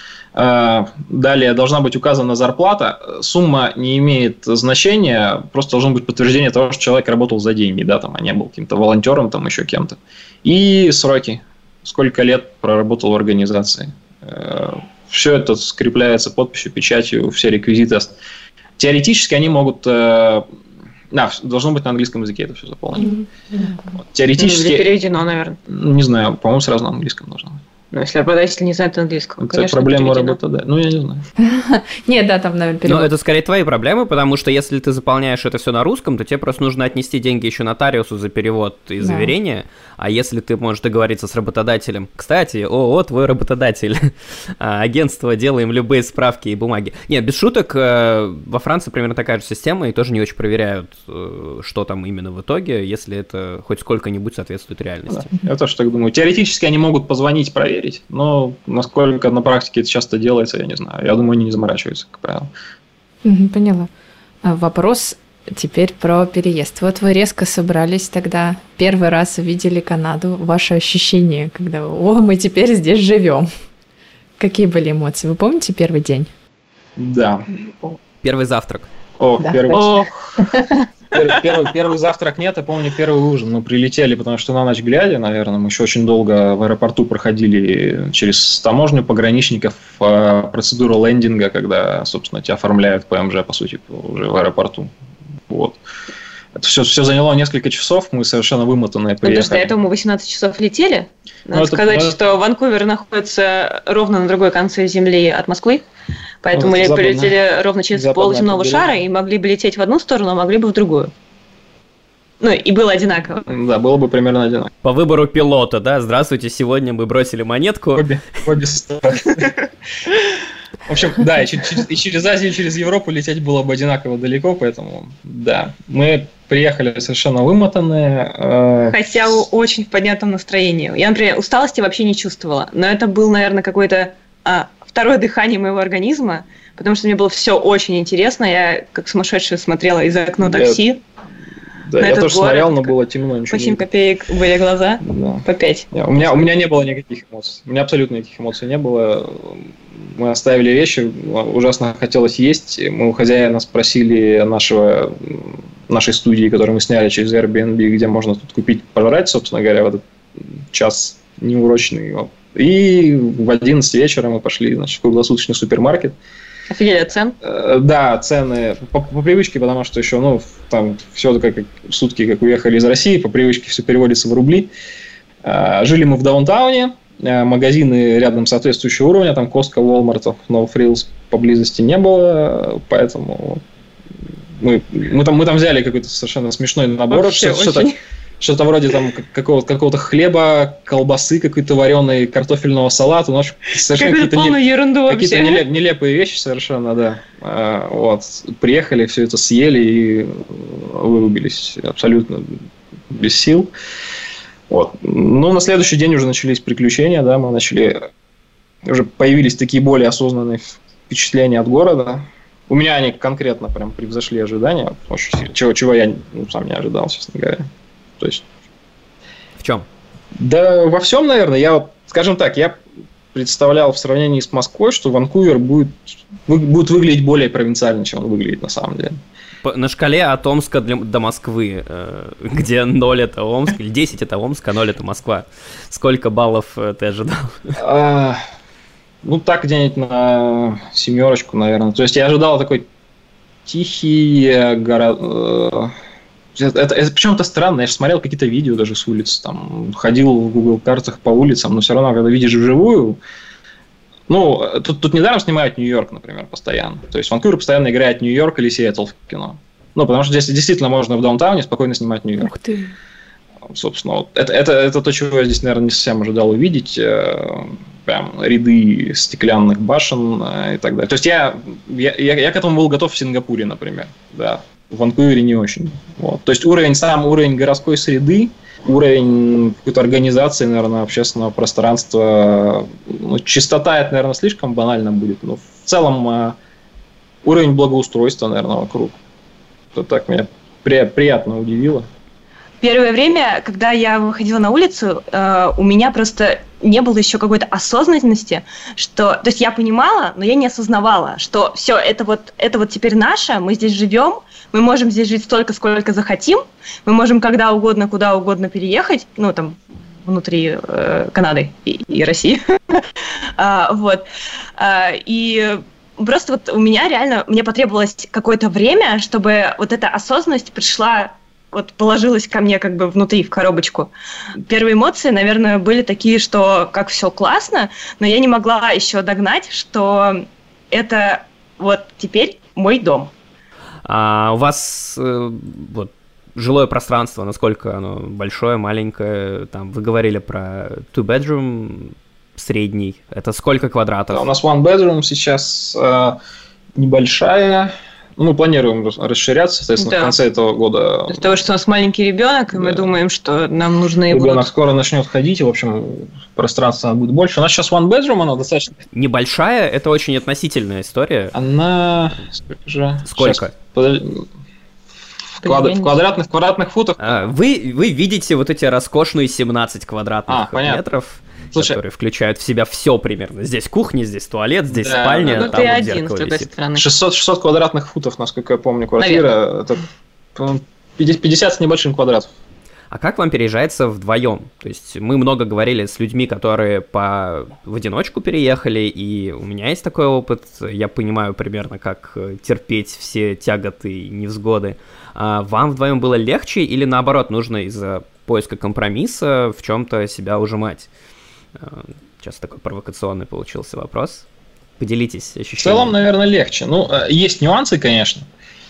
Далее должна быть указана зарплата. Сумма не имеет значения, просто должно быть подтверждение того, что человек работал за деньги, да, там, а не был каким-то волонтером, там, еще кем-то. И сроки. Сколько лет проработал в организации. Все это скрепляется подписью, печатью, все реквизиты. Теоретически они могут... Да, должно быть на английском языке это все заполнено. Mm-hmm. Вот. Теоретически... Или переведено, наверное. Не знаю, по-моему, сразу на английском должно быть. Ну, если работодатель не знает английского, это конечно, проблема работодателя. Ну, я не знаю. Нет, да, там, наверное, перевод. Но это скорее твои проблемы, потому что если ты заполняешь это все на русском, то тебе просто нужно отнести деньги еще нотариусу за перевод и заверение. А если ты можешь договориться с работодателем, кстати, о, о твой работодатель, агентство, делаем любые справки и бумаги. Нет, без шуток, во Франции примерно такая же система, и тоже не очень проверяют, что там именно в итоге, если это хоть сколько-нибудь соответствует реальности. Да, я тоже так думаю. Теоретически они могут позвонить, проверить. Но насколько на практике это часто делается, я не знаю. Я думаю, они не заморачиваются, как правило. Поняла. Вопрос теперь про переезд. Вот вы резко собрались тогда, первый раз увидели Канаду. Ваши ощущения, когда «О, мы теперь здесь живем». Какие были эмоции? Вы помните первый день? Да. Первый завтрак. О, да. первый... О. Первый, первый завтрак нет, я помню первый ужин. Мы прилетели, потому что на ночь глядя, наверное, мы еще очень долго в аэропорту проходили через таможню пограничников процедуру лендинга, когда, собственно, тебя оформляют ПМЖ, по сути, уже в аэропорту. Вот. Это все, все заняло несколько часов, мы совершенно вымотанные приехали. Ну, то есть до этого мы восемнадцать часов летели. Надо ну, сказать, это... что Ванкувер находится ровно на другой конце земли от Москвы. Поэтому мы полетели ровно через полземного шара и могли бы лететь в одну сторону, а могли бы в другую. Ну, и было одинаково. Да, было бы примерно одинаково. По выбору пилота, да? Здравствуйте, сегодня мы бросили монетку. Обе, обе стороны. В общем, да, и через, и через Азию, и через Европу лететь было бы одинаково далеко, поэтому, да, мы приехали совершенно вымотанные. Хотя очень в поднятом настроении. Я, например, усталости вообще не чувствовала, но это был, наверное, какое-то а, второе дыхание моего организма, потому что мне было все очень интересно, я как сумасшедшая смотрела из окна такси. Да, я тоже город, смотрел, но было темно. По семь копеек были глаза, да. По пять. Yeah, у, меня, у меня не было никаких эмоций. У меня абсолютно никаких эмоций не было. Мы оставили вещи, ужасно хотелось есть. Мы у хозяина спросили нашего, нашей студии, которую мы сняли через Airbnb, где можно тут купить пожрать, собственно говоря, в этот час неурочный. И в одиннадцать вечера мы пошли, значит, в круглосуточный супермаркет. Офигели от цен? Да, цены по, по привычке, потому что еще, ну, там все как сутки, как уехали из России, по привычке все переводится в рубли. Жили мы в даунтауне, магазины рядом соответствующего уровня, там Costco, Walmart, No Frills поблизости не было, поэтому мы, мы, там, мы там взяли какой-то совершенно смешной набор. Вообще, что-то, очень... что-то вроде там какого-то, какого-то хлеба, колбасы какой-то вареной, картофельного салата. Ну, совершенно какие-то полную нелеп... ерунду какие-то вообще. Нелеп... нелепые вещи совершенно, да. А, вот. Приехали, все это съели и вырубились абсолютно без сил. Вот. Ну, на следующий день уже начались приключения, да, мы начали... Уже появились такие более осознанные впечатления от города. У меня они конкретно прям превзошли ожидания, очень сильно, чего, чего я ну, сам не ожидал, честно говоря. То есть... В чем? Да во всем, наверное. Я вот, скажем так, я представлял в сравнении с Москвой, что Ванкувер будет, будет выглядеть более провинциально, чем он выглядит на самом деле. На шкале от Омска до Москвы, где ноль это Омск, или десять это Омск, а ноль это Москва. Сколько баллов ты ожидал? А, ну, так где-нибудь на семерочку, наверное. То есть я ожидал такой тихий город... Это, это почему-то странно, я же смотрел какие-то видео даже с улиц, там, ходил в Google картах по улицам, но все равно, когда видишь вживую, ну, тут, тут недаром снимают Нью-Йорк, например, постоянно. То есть Ванкувер постоянно играет Нью-Йорк или Сиэтл в кино. Ну, потому что здесь действительно можно в даунтауне спокойно снимать Нью-Йорк. Ух ты. Собственно, вот это, это, это то, чего я здесь, наверное, не совсем ожидал увидеть. Прям ряды стеклянных башен и так далее. То есть я, я, я к этому был готов в Сингапуре, например, да. В Ванкувере не очень. Вот. То есть уровень, сам уровень городской среды, уровень какой-то организации, наверное, общественного пространства, ну, чистота, это, наверное, слишком банально будет, но в целом уровень благоустройства, наверное, вокруг. Это так меня при, приятно удивило. Первое время, когда я выходила на улицу, э, у меня просто не было еще какой-то осознанности, что, то есть я понимала, но я не осознавала, что все это вот, это вот теперь наше, мы здесь живем, мы можем здесь жить столько, сколько захотим, мы можем когда угодно, куда угодно переехать, ну там внутри э, Канады и, и России, вот, и просто вот у меня реально, мне потребовалось какое-то время, чтобы вот эта осознанность пришла, вот положилась ко мне как бы внутри, в коробочку. Первые эмоции, наверное, были такие, что как все классно, но я не могла еще догнать, что это вот теперь мой дом. А у вас э, вот жилое пространство, насколько оно большое, маленькое? Там вы говорили про two-bedroom средний. Это сколько квадратов? Да, у нас one-bedroom сейчас э, небольшая. Мы планируем расширяться, соответственно, да. В конце этого года. Из-за того, что у нас маленький ребенок, и да. Мы думаем, что нам нужны... Ребенок будут... скоро начнет ходить, и, в общем, пространства будет больше. У нас сейчас one bedroom, она достаточно... Небольшая, это очень относительная история. Она... Сколько же? Сколько? Сейчас, подожди... В, квад... в квадратных, квадратных футах. А, вы, вы видите вот эти роскошные семнадцать квадратных а, метров, Слушай, которые включают в себя все примерно. Здесь кухня, здесь туалет, здесь да, спальня, ну, там вот один, зеркало с другой висит. стороны. шестьсот, шестьсот квадратных футов, насколько я помню, квартира. Наверное. Это пятьдесят с небольшим квадратов. А как вам переезжается вдвоем? То есть мы много говорили с людьми, которые по... в одиночку переехали, и у меня есть такой опыт. Я понимаю примерно, как терпеть все тяготы и невзгоды. А вам вдвоем было легче или наоборот нужно из-за поиска компромисса в чем-то себя ужимать? Сейчас такой провокационный получился вопрос. Поделитесь ощущениями. В целом, наверное, легче. Ну, есть нюансы, конечно.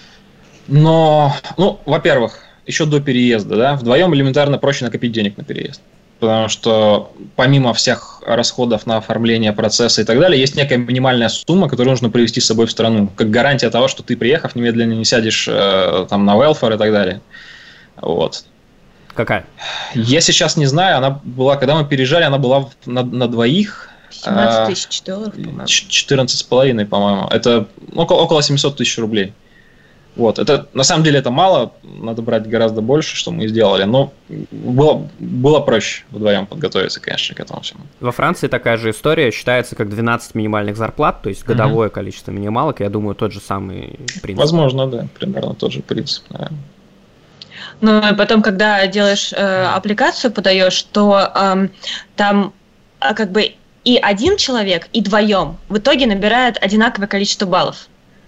Но, ну, во-первых, еще до переезда, да, вдвоем элементарно проще накопить денег на переезд. Потому что помимо всех расходов на оформление процесса и так далее, есть некая минимальная сумма, которую нужно привезти с собой в страну, как гарантия того, что ты, приехав, немедленно не сядешь э, там на welfare и так далее. Вот. Какая? Я сейчас не знаю, она была, когда мы переезжали, она была на, на двоих. семнадцать тысяч долларов, по-моему. четырнадцать с половиной, по-моему. Это около, около семьсот тысяч рублей. Вот, это, на самом деле это мало, надо брать гораздо больше, что мы сделали, но было, было проще вдвоем подготовиться, конечно, к этому всему. Во Франции такая же история, считается как двенадцать минимальных зарплат, то есть годовое uh-huh. количество минималок, я думаю, тот же самый принцип. Возможно, да, примерно тот же принцип, наверное. Ну, и потом, когда делаешь э, аппликацию, подаешь, то э, там э, как бы и один человек, и вдвоем в итоге набирают одинаковое количество баллов.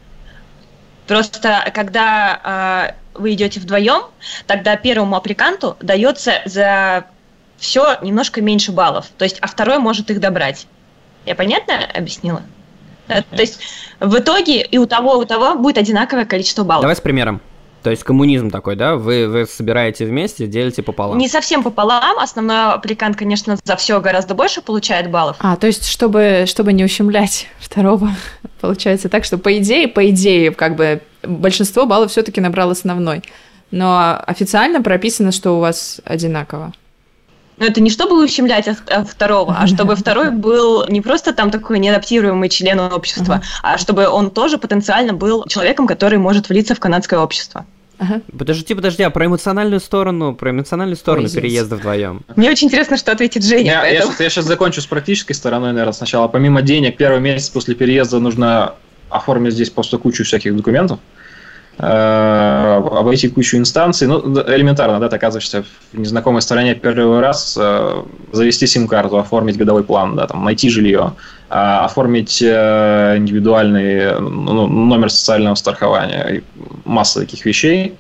Просто когда э, вы идете вдвоем, тогда первому аппликанту дается за все немножко меньше баллов, то есть, а второй может их добрать. Я понятно объяснила? Yes. То есть в итоге и у того, и у того будет одинаковое количество баллов. Давай с примером. То есть коммунизм такой, да? Вы, вы собираете вместе, делите пополам. Не совсем пополам. Основной аппликант, конечно, за все гораздо больше получает баллов. А, то есть, чтобы, чтобы не ущемлять второго, получается так, что по идее, по идее, как бы большинство баллов все-таки набрал основной. Но официально прописано, что у вас одинаково. Но это не чтобы ущемлять второго, а чтобы второй был не просто там такой неадаптируемый член общества, uh-huh. а чтобы он тоже потенциально был человеком, который может влиться в канадское общество. Ага. Подожди, подожди, а про эмоциональную сторону, про эмоциональную сторону Ой, переезда вдвоем. Мне очень интересно, что ответит Женя. Я, я, я сейчас закончу с практической стороной, наверное, сначала. Помимо денег, первый месяц после переезда нужно оформить здесь просто кучу всяких документов, обойти кучу инстанций. Ну, элементарно, да, ты оказываешься в незнакомой стране первый раз, завести сим-карту, оформить годовой план, да, там, найти жилье, оформить индивидуальный ну, номер социального страхования, масса таких вещей.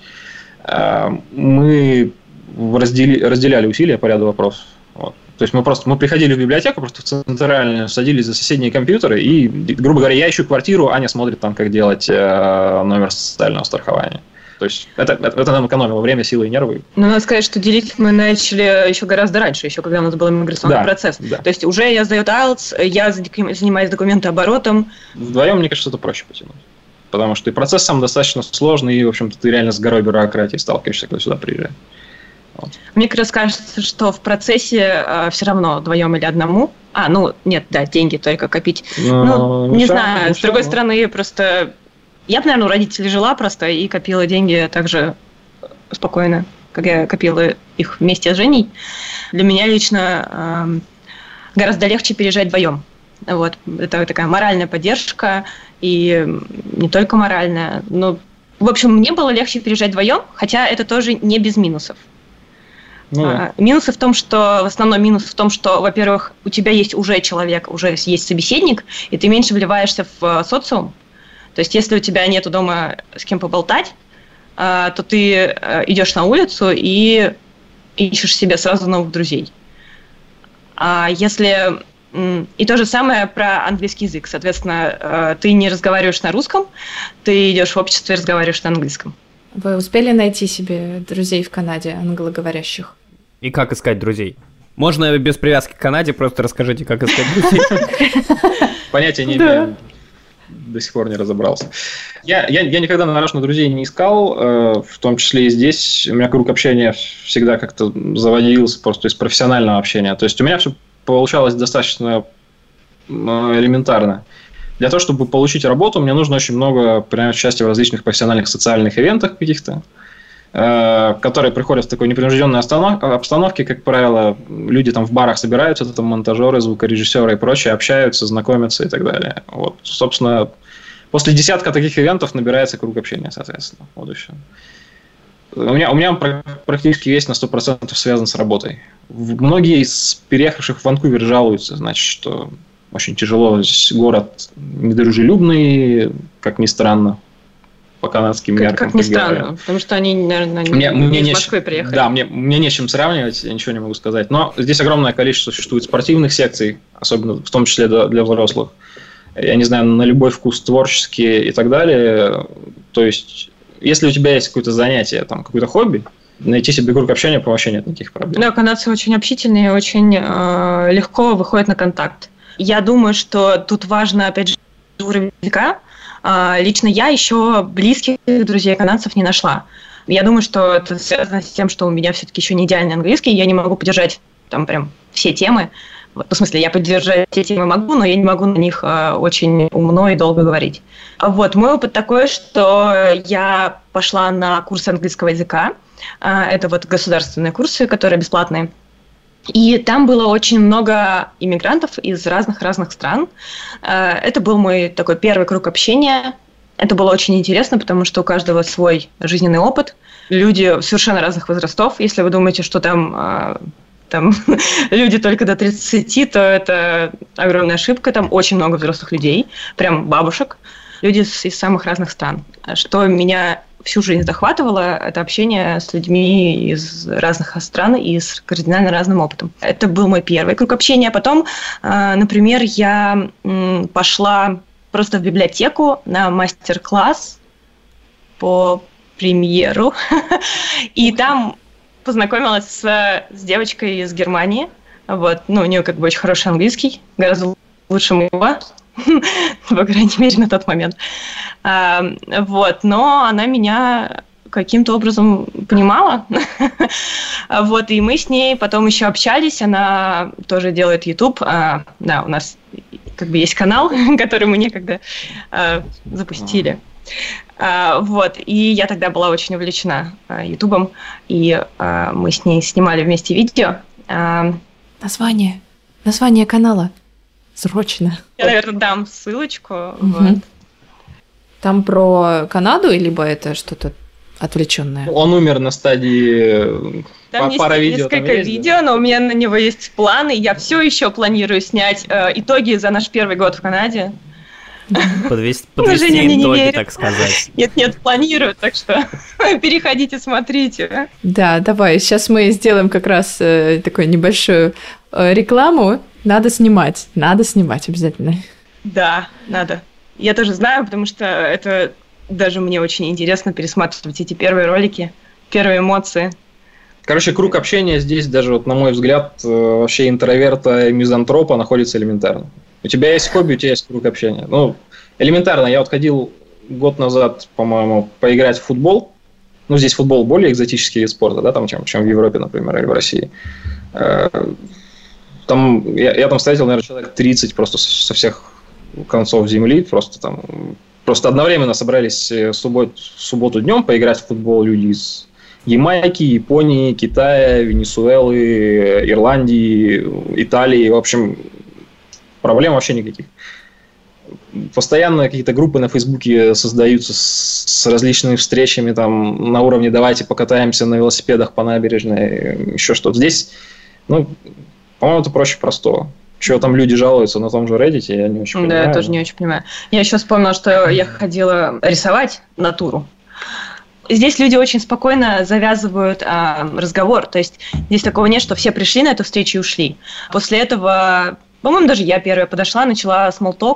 Мы раздели, разделяли усилия по ряду вопросов. Вот. То есть мы просто мы приходили в библиотеку, просто в центральную, садились за соседние компьютеры, и, грубо говоря, я ищу квартиру, Аня смотрит там, как делать э, номер социального страхования. То есть это, это, это нам экономило время, силы и нервы. Но надо сказать, что делить мы начали еще гораздо раньше, еще когда у нас был иммиграционный да, процесс. Да. То есть уже я сдаю айлтс, я занимаюсь документооборотом. Вдвоем, мне кажется, это проще потянуть. Потому что и процесс сам достаточно сложный, и, в общем-то, ты реально с горой бюрократии сталкиваешься, когда сюда приезжаешь. Вот. Мне как раз кажется, что в процессе э, все равно вдвоем или одному. А, ну, нет, да, деньги только копить. Но, ну, не шаг, знаю, ну, с другой шаг. стороны, просто... Я бы, наверное, у родителей жила просто и копила деньги также спокойно, как я копила их вместе с Женей. Для меня лично э, гораздо легче переезжать вдвоем. Вот. Это такая моральная поддержка, и не только моральная. Но, в общем, мне было легче переезжать вдвоем, хотя это тоже не без минусов. Ну, да. а, минусы в том, что, в основном минус в том, что, во-первых, у тебя есть уже человек, уже есть собеседник, и ты меньше вливаешься в социум. То есть, если у тебя нету дома с кем поболтать, а, то ты а, идешь на улицу и ищешь себе сразу новых друзей. А если... И то же самое про английский язык. Соответственно, ты не разговариваешь на русском, ты идешь в обществе и разговариваешь на английском. Вы успели найти себе друзей в Канаде, англоговорящих? И как искать друзей? Можно без привязки к Канаде, просто расскажите, как искать друзей. Понятия не имею. До сих пор не разобрался. Я, я, я никогда нарочно друзей не искал, э, в том числе и здесь. У меня круг общения всегда как-то заводился просто из профессионального общения. То есть у меня все получалось достаточно элементарно. Для того, чтобы получить работу, мне нужно очень много принимать участие в различных профессиональных социальных ивентах каких-то, э, которые приходят в такой непринужденной обстановке, как правило, люди там в барах собираются, это там монтажеры, звукорежиссеры и прочее, общаются, знакомятся и так далее. Вот, собственно, после десятка таких ивентов набирается круг общения, соответственно. Вот и все. У меня, у меня практически весь на сто процентов связан с работой. Многие из переехавших в Ванкувер жалуются, значит, что очень тяжело, здесь город недружелюбный, как ни странно, по канадским меркам. Как, как ни странно, потому что они, наверное, мне, не мне из не Москвы приехали. Да, мне, мне не с чем сравнивать, я ничего не могу сказать. Но здесь огромное количество существует спортивных секций, особенно в том числе для, для взрослых. Я не знаю, на любой вкус творческий и так далее. То есть... Если у тебя есть какое-то занятие, там, какое-то хобби, найти себе круг общения вообще нет никаких проблем. Да, канадцы очень общительные, очень э, легко выходят на контакт. Я думаю, что тут важно, опять же, уровень языка. Э, лично я еще близких друзей канадцев не нашла. Я думаю, что это связано с тем, что у меня все-таки еще не идеальный английский, я не могу поддержать там прям все темы. Вот, в смысле, я поддержать все темы могу, но я не могу на них э, очень умно и долго говорить. Вот, мой опыт такой, что я пошла на курсы английского языка. Э, это вот государственные курсы, которые бесплатные. И там было очень много иммигрантов из разных-разных стран. Э, это был мой такой первый круг общения. Это было очень интересно, потому что у каждого свой жизненный опыт. Люди совершенно разных возрастов. Если вы думаете, что там... Э, Там люди только до тридцати, то это огромная ошибка. Там очень много взрослых людей, прям бабушек, люди из самых разных стран. Что меня всю жизнь захватывало, это общение с людьми из разных стран и с кардинально разным опытом. Это был мой первый круг общения. Потом, например, я пошла просто в библиотеку на мастер-класс по премьеру, и там... познакомилась с, с девочкой из Германии. Вот. Ну, у нее как бы очень хороший английский, гораздо лучше моего, по крайней мере, на тот момент. А, вот. Но она меня каким-то образом понимала. Вот. И мы с ней потом еще общались. Она тоже делает YouTube. А, да, у нас как бы есть канал, который мы некогда а, запустили. Uh, вот, и я тогда была очень увлечена uh, Ютубом, и uh, мы с ней снимали вместе видео. Uh, название, название канала, срочно. Я, наверное, дам ссылочку. Uh-huh. Вот. Там про Канаду, либо это что-то отвлеченное? Он умер на стадии там пара есть видео. Несколько там есть, видео, да? Но у меня на него есть планы. Я все еще планирую снять uh, итоги за наш первый год в Канаде. Подвести, подвести итоги, не так сказать. Нет, нет, планирую, так что переходите, смотрите. Да, давай, сейчас мы сделаем как раз э, такую небольшую э, рекламу. Надо снимать, надо снимать обязательно. Да, надо. Я тоже знаю, потому что это даже мне очень интересно пересматривать эти первые ролики, первые эмоции. Короче, круг общения здесь даже, вот, на мой взгляд, вообще интроверта и мизантропа находится элементарно. У тебя есть хобби, у тебя есть круг общения. Ну, элементарно. Я вот ходил год назад, по-моему, поиграть в футбол. Ну, здесь футбол более экзотический вид спорта, да, там, чем, чем в Европе, например, или в России. Там, я, я там встретил, наверное, человек тридцать просто со всех концов земли. Просто там просто одновременно собрались в субботу, в субботу днем поиграть в футбол люди из Ямайки, Японии, Китая, Венесуэлы, Ирландии, Италии. В общем, проблем вообще никаких. Постоянно какие-то группы на Фейсбуке создаются с, с различными встречами там, на уровне «давайте покатаемся на велосипедах по набережной», еще что-то. Здесь, ну, по-моему, это проще простого. Чего там люди жалуются на том же Reddit, я не очень понимаю. Да, я тоже не очень понимаю. Я еще вспомнила, что я ходила рисовать натуру. Здесь люди очень спокойно завязывают а, разговор. То есть здесь такого нет, что все пришли на эту встречу и ушли. После этого, по-моему, даже я первая подошла, начала small talk.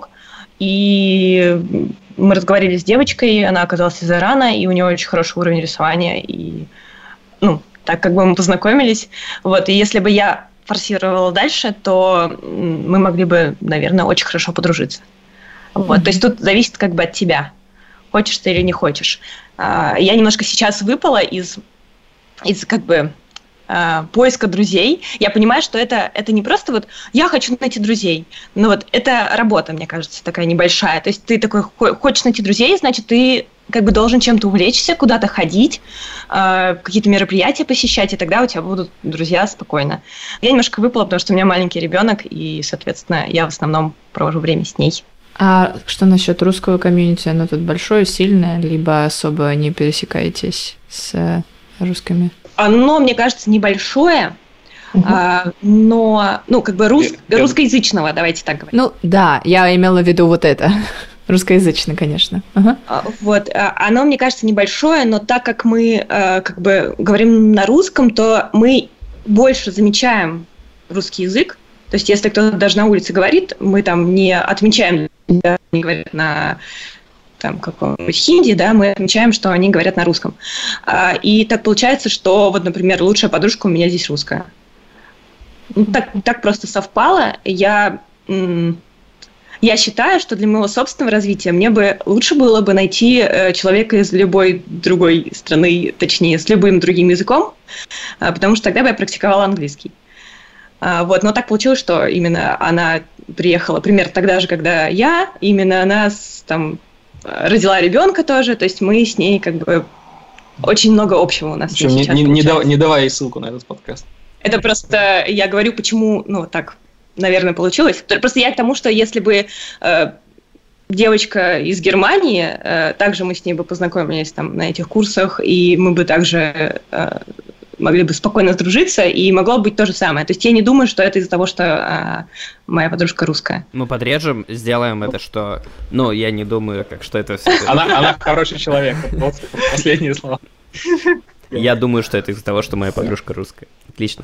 И мы разговаривали с девочкой, она оказалась из Ирана, и у нее очень хороший уровень рисования. И, ну, так как бы мы познакомились. Вот, и если бы я форсировала дальше, то мы могли бы, наверное, очень хорошо подружиться. Вот, mm-hmm. То есть тут зависит как бы от тебя, хочешь ты или не хочешь. Я немножко сейчас выпала из, из как бы... поиска друзей. Я понимаю, что это, это не просто вот я хочу найти друзей, но вот это работа, мне кажется, такая небольшая. То есть ты такой хочешь найти друзей, значит, ты как бы должен чем-то увлечься, куда-то ходить, какие-то мероприятия посещать, и тогда у тебя будут друзья спокойно. Я немножко выпала, потому что у меня маленький ребенок, и, соответственно, я в основном провожу время с ней. А что насчет русского комьюнити? Оно тут большое, сильное, либо особо не пересекаетесь с русскими? Оно, мне кажется, небольшое, угу. а, но, ну, как бы рус... русскоязычного, давайте так говорить. Ну, да, я имела в виду вот это. Русскоязычное, конечно. Ага. Вот, оно, мне кажется, небольшое, но так как мы, как бы, говорим на русском, то мы больше замечаем русский язык. То есть, если кто-то даже на улице говорит, мы там не отмечаем, да, не говорят на... там, каком-нибудь хинди, да, мы отмечаем, что они говорят на русском. И так получается, что, вот, например, лучшая подружка у меня здесь русская. Ну, так, так просто совпало. Я, я считаю, что для моего собственного развития мне бы лучше было бы найти человека из любой другой страны, точнее, с любым другим языком, потому что тогда бы я практиковала английский. Вот, но так получилось, что именно она приехала примерно тогда же, когда я, именно она там... родила ребенка тоже, то есть мы с ней как бы очень много общего у нас. Причем не, не, не, дав, не давай ей ссылку на этот подкаст. Это просто я говорю, почему, ну так, наверное, получилось. Просто я к тому, что если бы э, девочка из Германии, э, также мы с ней бы познакомились там на этих курсах, и мы бы также э, могли бы спокойно сдружиться, и могло быть то же самое. То есть я не думаю, что это из-за того, что а, моя подружка русская. Мы подрежем, сделаем это, что... Ну, я не думаю, как что это все... Она, она хороший человек. Вот последние слова. Я думаю, что это из-за того, что моя подружка русская. Отлично.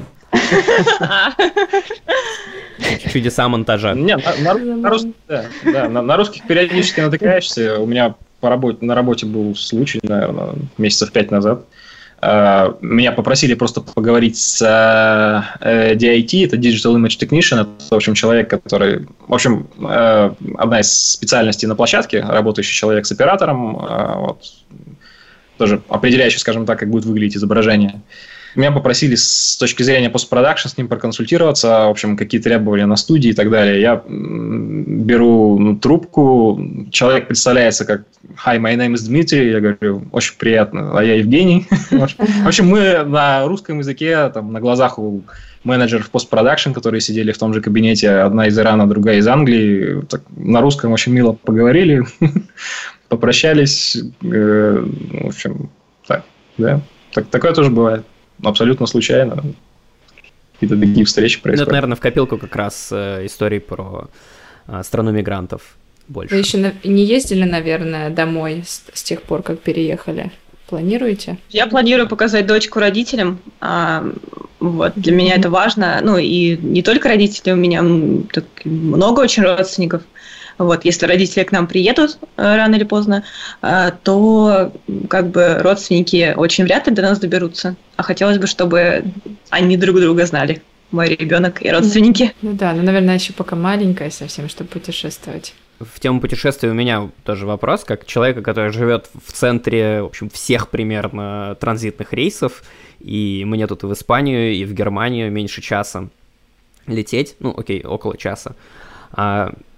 Чудеса монтажа. Не, на, на, на, рус... да, да, на, на русских периодически натыкаешься. У меня по работе, на работе был случай, наверное, месяцев пять назад. Меня попросили просто поговорить с э, ди ай ти, это Digital Image Technician, это, в общем, человек, который, в общем, э, одна из специальностей на площадке, работающий человек с оператором, э, вот, тоже определяющий, скажем так, как будет выглядеть изображение. Меня попросили с точки зрения постпродакшн с ним проконсультироваться, в общем, какие требования на студии и так далее. Я беру ну, трубку, человек представляется как «Hi, my name is Dmitry», я говорю «Очень приятно, а я Евгений». В общем, мы на русском языке, там, на глазах у менеджеров постпродакшн, которые сидели в том же кабинете, одна из Ирана, другая из Англии, так, на русском очень мило поговорили, попрощались, в общем, так, да, такое тоже бывает. Абсолютно случайно. Какие-то такие встречи происходят. Ну, это, наверное, в копилку как раз э, истории про э, страну мигрантов больше. Вы еще на... не ездили, наверное, домой с, с тех пор, как переехали? Планируете? Я планирую показать дочку родителям. А, вот, для mm-hmm. меня это важно. Ну, и не только родители, у меня так, много очень родственников. Вот, если родители к нам приедут рано или поздно, то как бы родственники очень вряд ли до нас доберутся. А хотелось бы, чтобы они друг друга знали, мой ребенок и родственники. Ну да, ну, наверное, еще пока маленькая совсем, чтобы путешествовать. В тему путешествия у меня тоже вопрос, как человека, который живет в центре, в общем, всех примерно транзитных рейсов, и мне тут и в Испанию, и в Германию меньше часа лететь, ну, окей, около часа.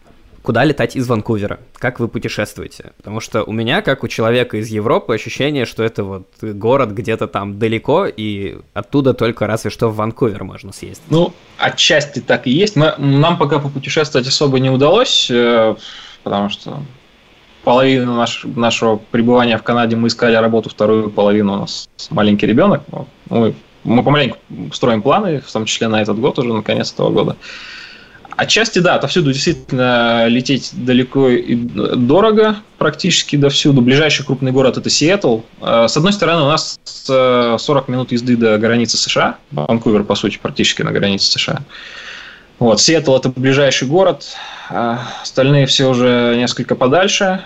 куда летать из Ванкувера? Как вы путешествуете? Потому что у меня, как у человека из Европы, ощущение, что это вот город где-то там далеко, и оттуда только разве что в Ванкувер можно съездить. Ну, отчасти так и есть. Мы, нам пока попутешествовать особо не удалось, потому что половину наш, нашего пребывания в Канаде мы искали работу, вторую половину у нас маленький ребенок. Мы, мы помаленьку строим планы, в том числе на этот год уже, на конец этого года. Отчасти, да, отовсюду действительно лететь далеко и дорого, практически довсюду. Ближайший крупный город – это Сиэтл. С одной стороны, у нас сорок минут езды до границы США. Ванкувер, по сути, практически на границе США. Вот, Сиэтл – это ближайший город, остальные все уже несколько подальше.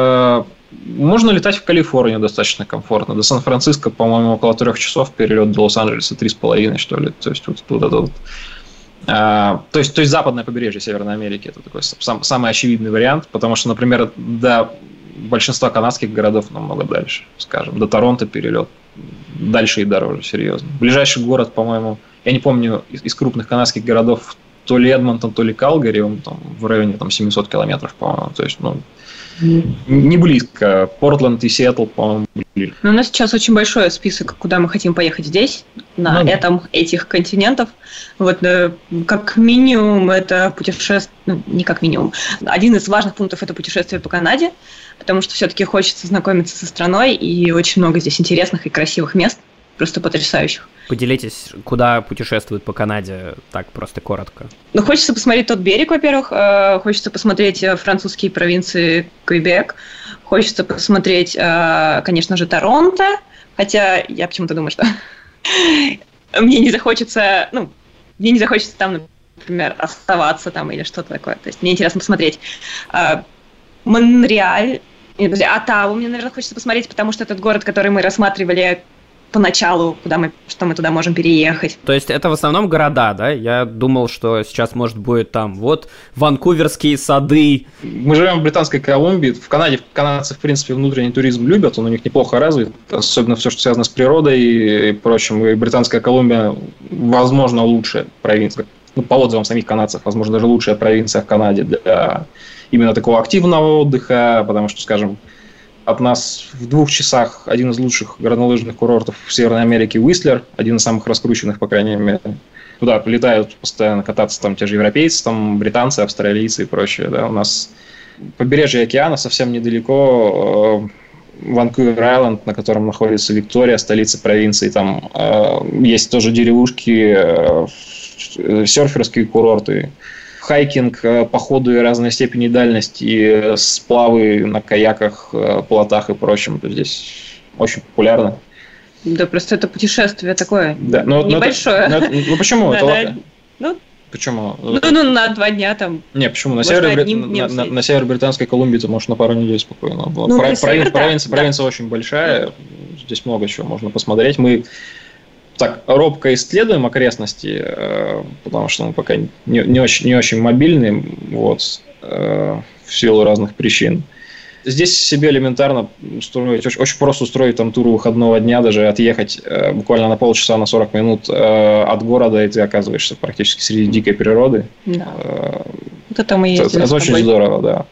Можно летать в Калифорнию достаточно комфортно. До Сан-Франциско, по-моему, около трех часов, перелет до Лос-Анджелеса три с половиной, что ли. То есть, вот туда вот. То есть, то есть западное побережье Северной Америки – это такой сам, самый очевидный вариант, потому что, например, до большинства канадских городов намного дальше, скажем, до Торонто перелет дальше и дороже, серьезно. Ближайший город, по-моему, я не помню, из, из крупных канадских городов, то ли Эдмонтон, то ли Калгари, он там в районе там, семьсот километров, по-моему, то есть, ну, не близко. Портленд и Сиэтл, по-моему, ближе. Но у нас сейчас очень большой список, куда мы хотим поехать здесь, на ну, этом, этих континентов. Вот, как минимум, это путешествие, ну, не как минимум, один из важных пунктов – это путешествие по Канаде, потому что все-таки хочется знакомиться со страной, и очень много здесь интересных и красивых мест, просто потрясающих. Поделитесь, куда путешествуют по Канаде, так просто коротко. Ну, хочется посмотреть тот берег, во-первых, хочется посмотреть французские провинции Квебек, хочется посмотреть, конечно же, Торонто, хотя я почему-то думаю, что мне не захочется, ну, мне не захочется там, например, оставаться там или что-то такое, то есть мне интересно посмотреть Монреаль, Оттаву мне, наверное, хочется посмотреть, потому что этот город, который мы рассматривали поначалу, куда мы, что мы туда можем переехать. То есть это в основном города, да? Я думал, что сейчас, может, будет там вот Ванкуверские сады. Мы живем в Британской Колумбии. В Канаде канадцы, в принципе, внутренний туризм любят, он у них неплохо развит, особенно все, что связано с природой и прочим. И Британская Колумбия, возможно, лучшая провинция. Ну, по отзывам самих канадцев, возможно, даже лучшая провинция в Канаде для именно такого активного отдыха, потому что, скажем, от нас в двух часах один из лучших горнолыжных курортов в Северной Америке Уистлер, один из самых раскрученных, по крайней мере. Туда летают постоянно кататься там те же европейцы, там британцы, австралийцы и прочее. Да. У нас побережье океана совсем недалеко, Ванкувер-Айленд, на котором находится Виктория, столица провинции. Там э, есть тоже деревушки, э, серферские курорты. Хайкинг, походы разной степени дальности, сплавы на каяках, плотах и прочем. Здесь очень популярно. Да, просто это путешествие такое да, но, небольшое. Но это, но это, ну почему? Да, это, да. Ну, почему? Ну, ну, на два дня там. Не, почему? На севере, на, на, на севере Британской Колумбии ты можешь на пару недель спокойно. Ну, Про, провин, да, провинция, да. провинция очень большая, здесь много чего можно посмотреть. Мы так робко исследуем окрестности, потому что мы пока не, не, очень, не очень мобильны, вот, в силу разных причин. Здесь себе элементарно устроить, очень, очень просто устроить там тур выходного дня, даже отъехать буквально на полчаса, на сорок минут от города, и ты оказываешься практически среди дикой природы. Да. Вот это мы ездили. Это очень здорово, да.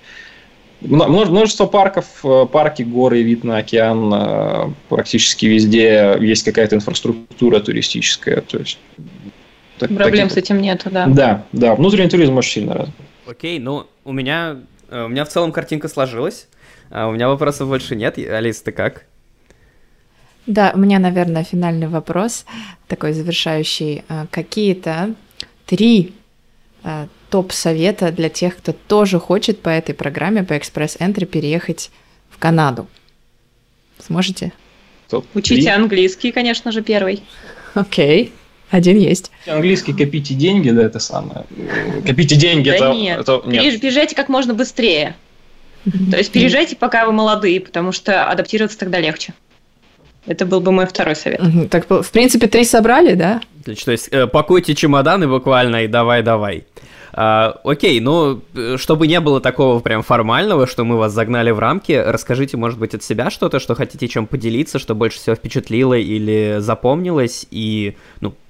Множество парков, парки, горы, вид на океан, практически везде есть какая-то инфраструктура туристическая. То есть, так, проблем таких... с этим нету, да. Да, да, внутренний туризм очень сильно развит. Окей, ну у меня, у меня в целом картинка сложилась, а у меня вопросов больше нет. Алис, ты как? Да, у меня, наверное, финальный вопрос, такой завершающий. Какие-то три топ-совета для тех, кто тоже хочет по этой программе, по экспресс-энтри переехать в Канаду. Сможете? Учите английский, конечно же, первый. Окей, один есть. Английский, копите деньги, да, это самое. Копите деньги, да это... нет, это... нет. Переезжайте как можно быстрее. То есть переезжайте, пока вы молодые, потому что адаптироваться тогда легче. Это был бы мой второй совет. Так, в принципе, три собрали, да? Отлично, то есть пакуйте чемоданы буквально и давай-давай. А, окей, ну, чтобы не было такого прям формального, что мы вас загнали в рамки, расскажите, может быть, от себя что-то, что хотите чем поделиться, что больше всего впечатлило или запомнилось, и, ну,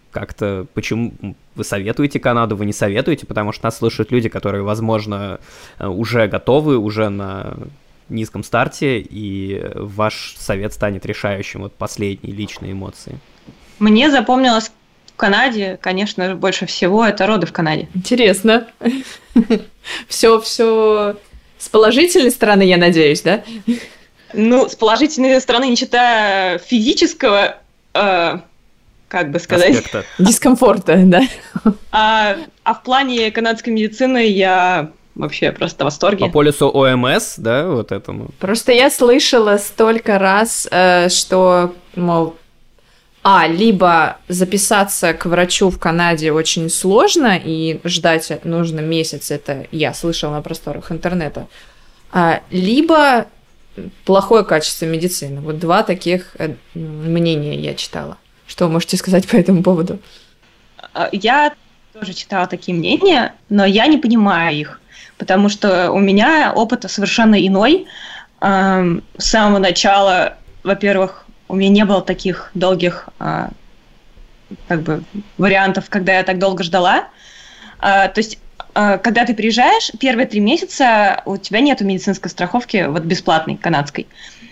как-то, почему вы советуете Канаду, вы не советуете, потому что нас слушают люди, которые, возможно, уже готовы, уже на низком старте, и ваш совет станет решающим, вот последние личные эмоции. Мне запомнилось в Канаде, конечно, больше всего это роды в Канаде. Интересно. Все, все с положительной стороны, я надеюсь, да? Ну, с положительной стороны, не считая физического, э, как бы сказать... Аспекта. Дискомфорта, да. А, а в плане канадской медицины я вообще просто в восторге. По полюсу О Эм Эс, да, вот этому? Просто я слышала столько раз, э, что, мол, а, либо записаться к врачу в Канаде очень сложно, и ждать нужно месяц, это я слышала на просторах интернета, а, либо плохое качество медицины. Вот два таких э, мнения я читала. Что вы можете сказать по этому поводу? Я тоже читала такие мнения, но я не понимаю их, потому что у меня опыт совершенно иной. С самого начала, во-первых, у меня не было таких долгих как бы, вариантов, когда я так долго ждала. То есть, когда ты приезжаешь, первые три месяца у тебя нет медицинской страховки, вот бесплатной, канадской.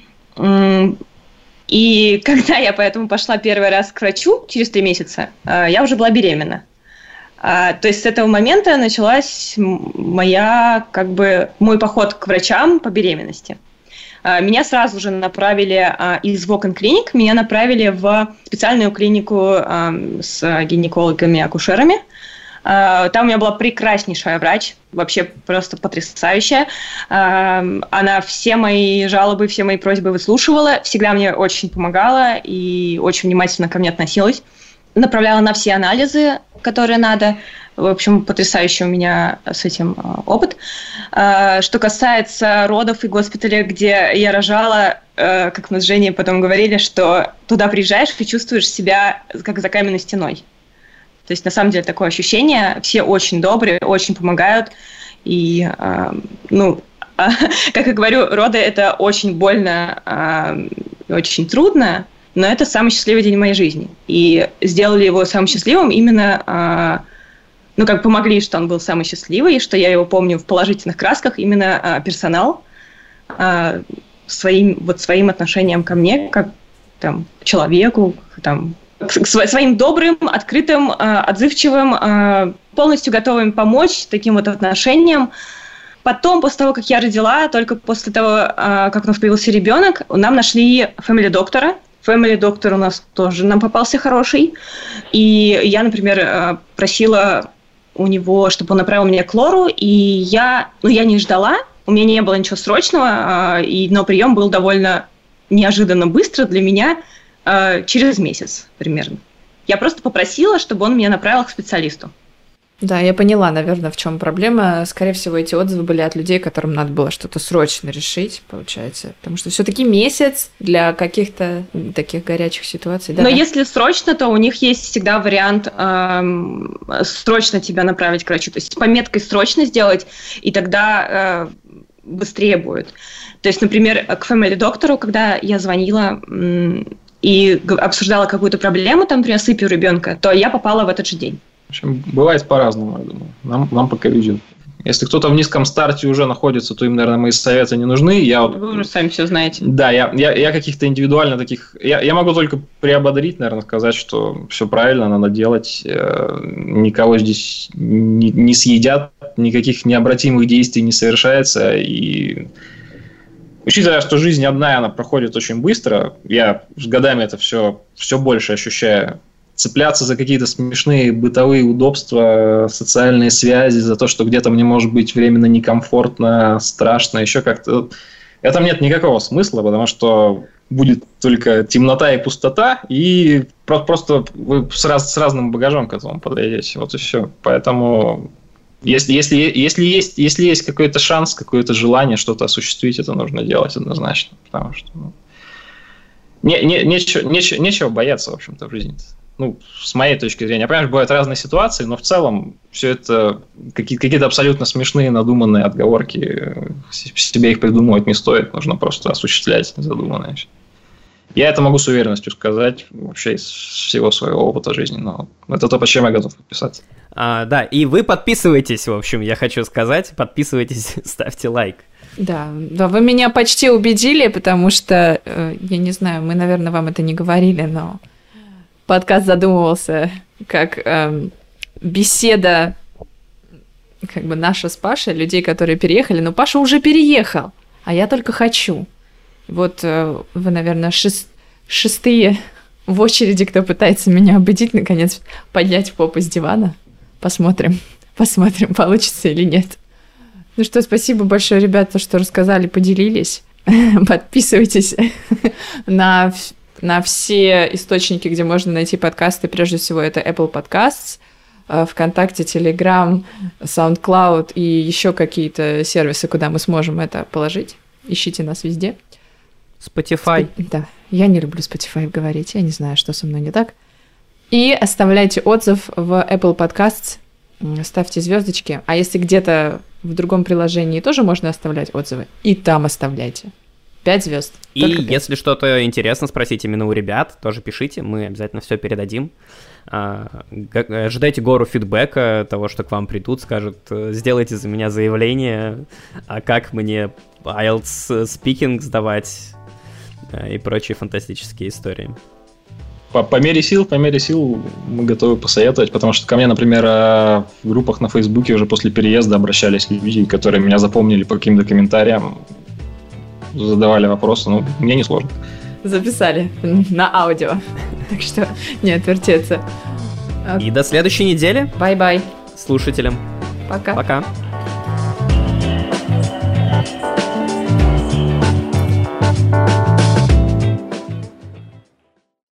И когда я поэтому пошла первый раз к врачу через три месяца, я уже была беременна. То есть с этого момента началась моя, как бы, мой поход к врачам по беременности. Меня сразу же направили из walk-in клиник, меня направили в специальную клинику с гинекологами-акушерами. Там у меня была прекраснейшая врач, вообще просто потрясающая. Она все мои жалобы, все мои просьбы выслушивала, всегда мне очень помогала и очень внимательно ко мне относилась. Направляла на все анализы, которые надо. В общем, потрясающий у меня с этим опыт. Что касается родов и госпиталя, где я рожала, как мы с Женей потом говорили, что туда приезжаешь и чувствуешь себя как за каменной стеной. То есть, на самом деле, такое ощущение. Все очень добрые, очень помогают. И, э, ну, э, как я говорю, роды – это очень больно, э, очень трудно, но это самый счастливый день в моей жизни. И сделали его самым счастливым именно, э, ну, как помогли, что он был самый счастливый, и что я его помню в положительных красках, именно э, персонал э, своим, вот, своим отношением ко мне, как там, к человеку, там, к своим добрым, открытым, отзывчивым, полностью готовым помочь таким вот отношениям. Потом, после того, как я родила, только после того, как у нас появился ребенок, нам нашли family доктора. Family доктор у нас тоже нам попался хороший. И я, например, просила у него, чтобы он направил меня к лору, и я, ну, я не ждала, у меня не было ничего срочного, и, но прием был довольно неожиданно быстро для меня, через месяц примерно. Я просто попросила, чтобы он меня направил к специалисту. Да, я поняла, наверное, в чем проблема. Скорее всего, эти отзывы были от людей, которым надо было что-то срочно решить, получается. Потому что все-таки месяц для каких-то таких горячих ситуаций. Да, Но да. если срочно, то у них есть всегда вариант эм, срочно тебя направить к врачу. То есть с пометкой «срочно» сделать, и тогда э, быстрее будет. То есть, например, к family доктору, когда я звонила и обсуждала какую-то проблему, там, при осыпе у ребенка, то я попала в этот же день. В общем, бывает по-разному, я думаю. Нам, нам пока везет. Если кто-то в низком старте уже находится, то им, наверное, мои советы не нужны. Я вот... Вы уже сами все знаете. Да, я, я, я каких-то индивидуально таких... Я, я могу только приободрить, наверное, сказать, что все правильно, надо делать. Никого здесь не, не съедят, никаких необратимых действий не совершается. И... Учитывая, что жизнь одна, она проходит очень быстро, я с годами это все, все больше ощущаю. Цепляться за какие-то смешные бытовые удобства, социальные связи, за то, что где-то мне может быть временно некомфортно, страшно, еще как-то. В этом нет никакого смысла, потому что будет только темнота и пустота, и просто вы с, раз, с разным багажом к этому подойдете. Вот и все. Поэтому... Если, если, если, есть, если есть какой-то шанс, какое-то желание что-то осуществить, это нужно делать однозначно. Потому что ну, не, не, нечего, нечего, нечего бояться, в общем-то, в жизни. Ну, с моей точки зрения. Я понимаю, что бывают разные ситуации, но в целом все это какие- какие-то абсолютно смешные, надуманные отговорки. Себе их придумывать не стоит, нужно просто осуществлять задуманное. Я это могу с уверенностью сказать вообще из всего своего опыта жизни, но это то, по чем я готов подписаться. А, да, и вы подписывайтесь, в общем, я хочу сказать, подписывайтесь, ставьте лайк. Да, да, вы меня почти убедили, потому что, э, я не знаю, мы, наверное, вам это не говорили, но подкаст задумывался как э, беседа, как бы наша с Пашей, людей, которые переехали, но Паша уже переехал, а я только хочу. Вот э, вы, наверное, шест... шестые в очереди, кто пытается меня убедить, наконец, поднять попу с дивана. Посмотрим, посмотрим, получится или нет. Ну что, спасибо большое, ребята, что рассказали, поделились. Подписывайтесь на, на все источники, где можно найти подкасты. Прежде всего, это Apple Podcasts, ВКонтакте, Telegram, SoundCloud и еще какие-то сервисы, куда мы сможем это положить. Ищите нас везде. Spotify. Сп... Да, я не люблю Spotify говорить, я не знаю, что со мной не так. И оставляйте отзыв в Apple Podcasts, ставьте звездочки. А если где-то в другом приложении тоже можно оставлять отзывы, и там оставляйте. Пять звезд. И если что-то интересно спросить именно у ребят, тоже пишите, мы обязательно все передадим. Ожидайте гору фидбэка, того, что к вам придут, скажут, сделайте за меня заявление, а как мне ай эл ти эс speaking сдавать и прочие фантастические истории. По, по мере сил, по мере сил мы готовы посоветовать, потому что ко мне, например, в группах на Фейсбуке уже после переезда обращались люди, которые меня запомнили по каким-то комментариям, задавали вопросы, ну, мне не сложно. Записали на аудио, так что не отвертеться. И до следующей недели. Бай-бай. Слушателям. Пока. Пока.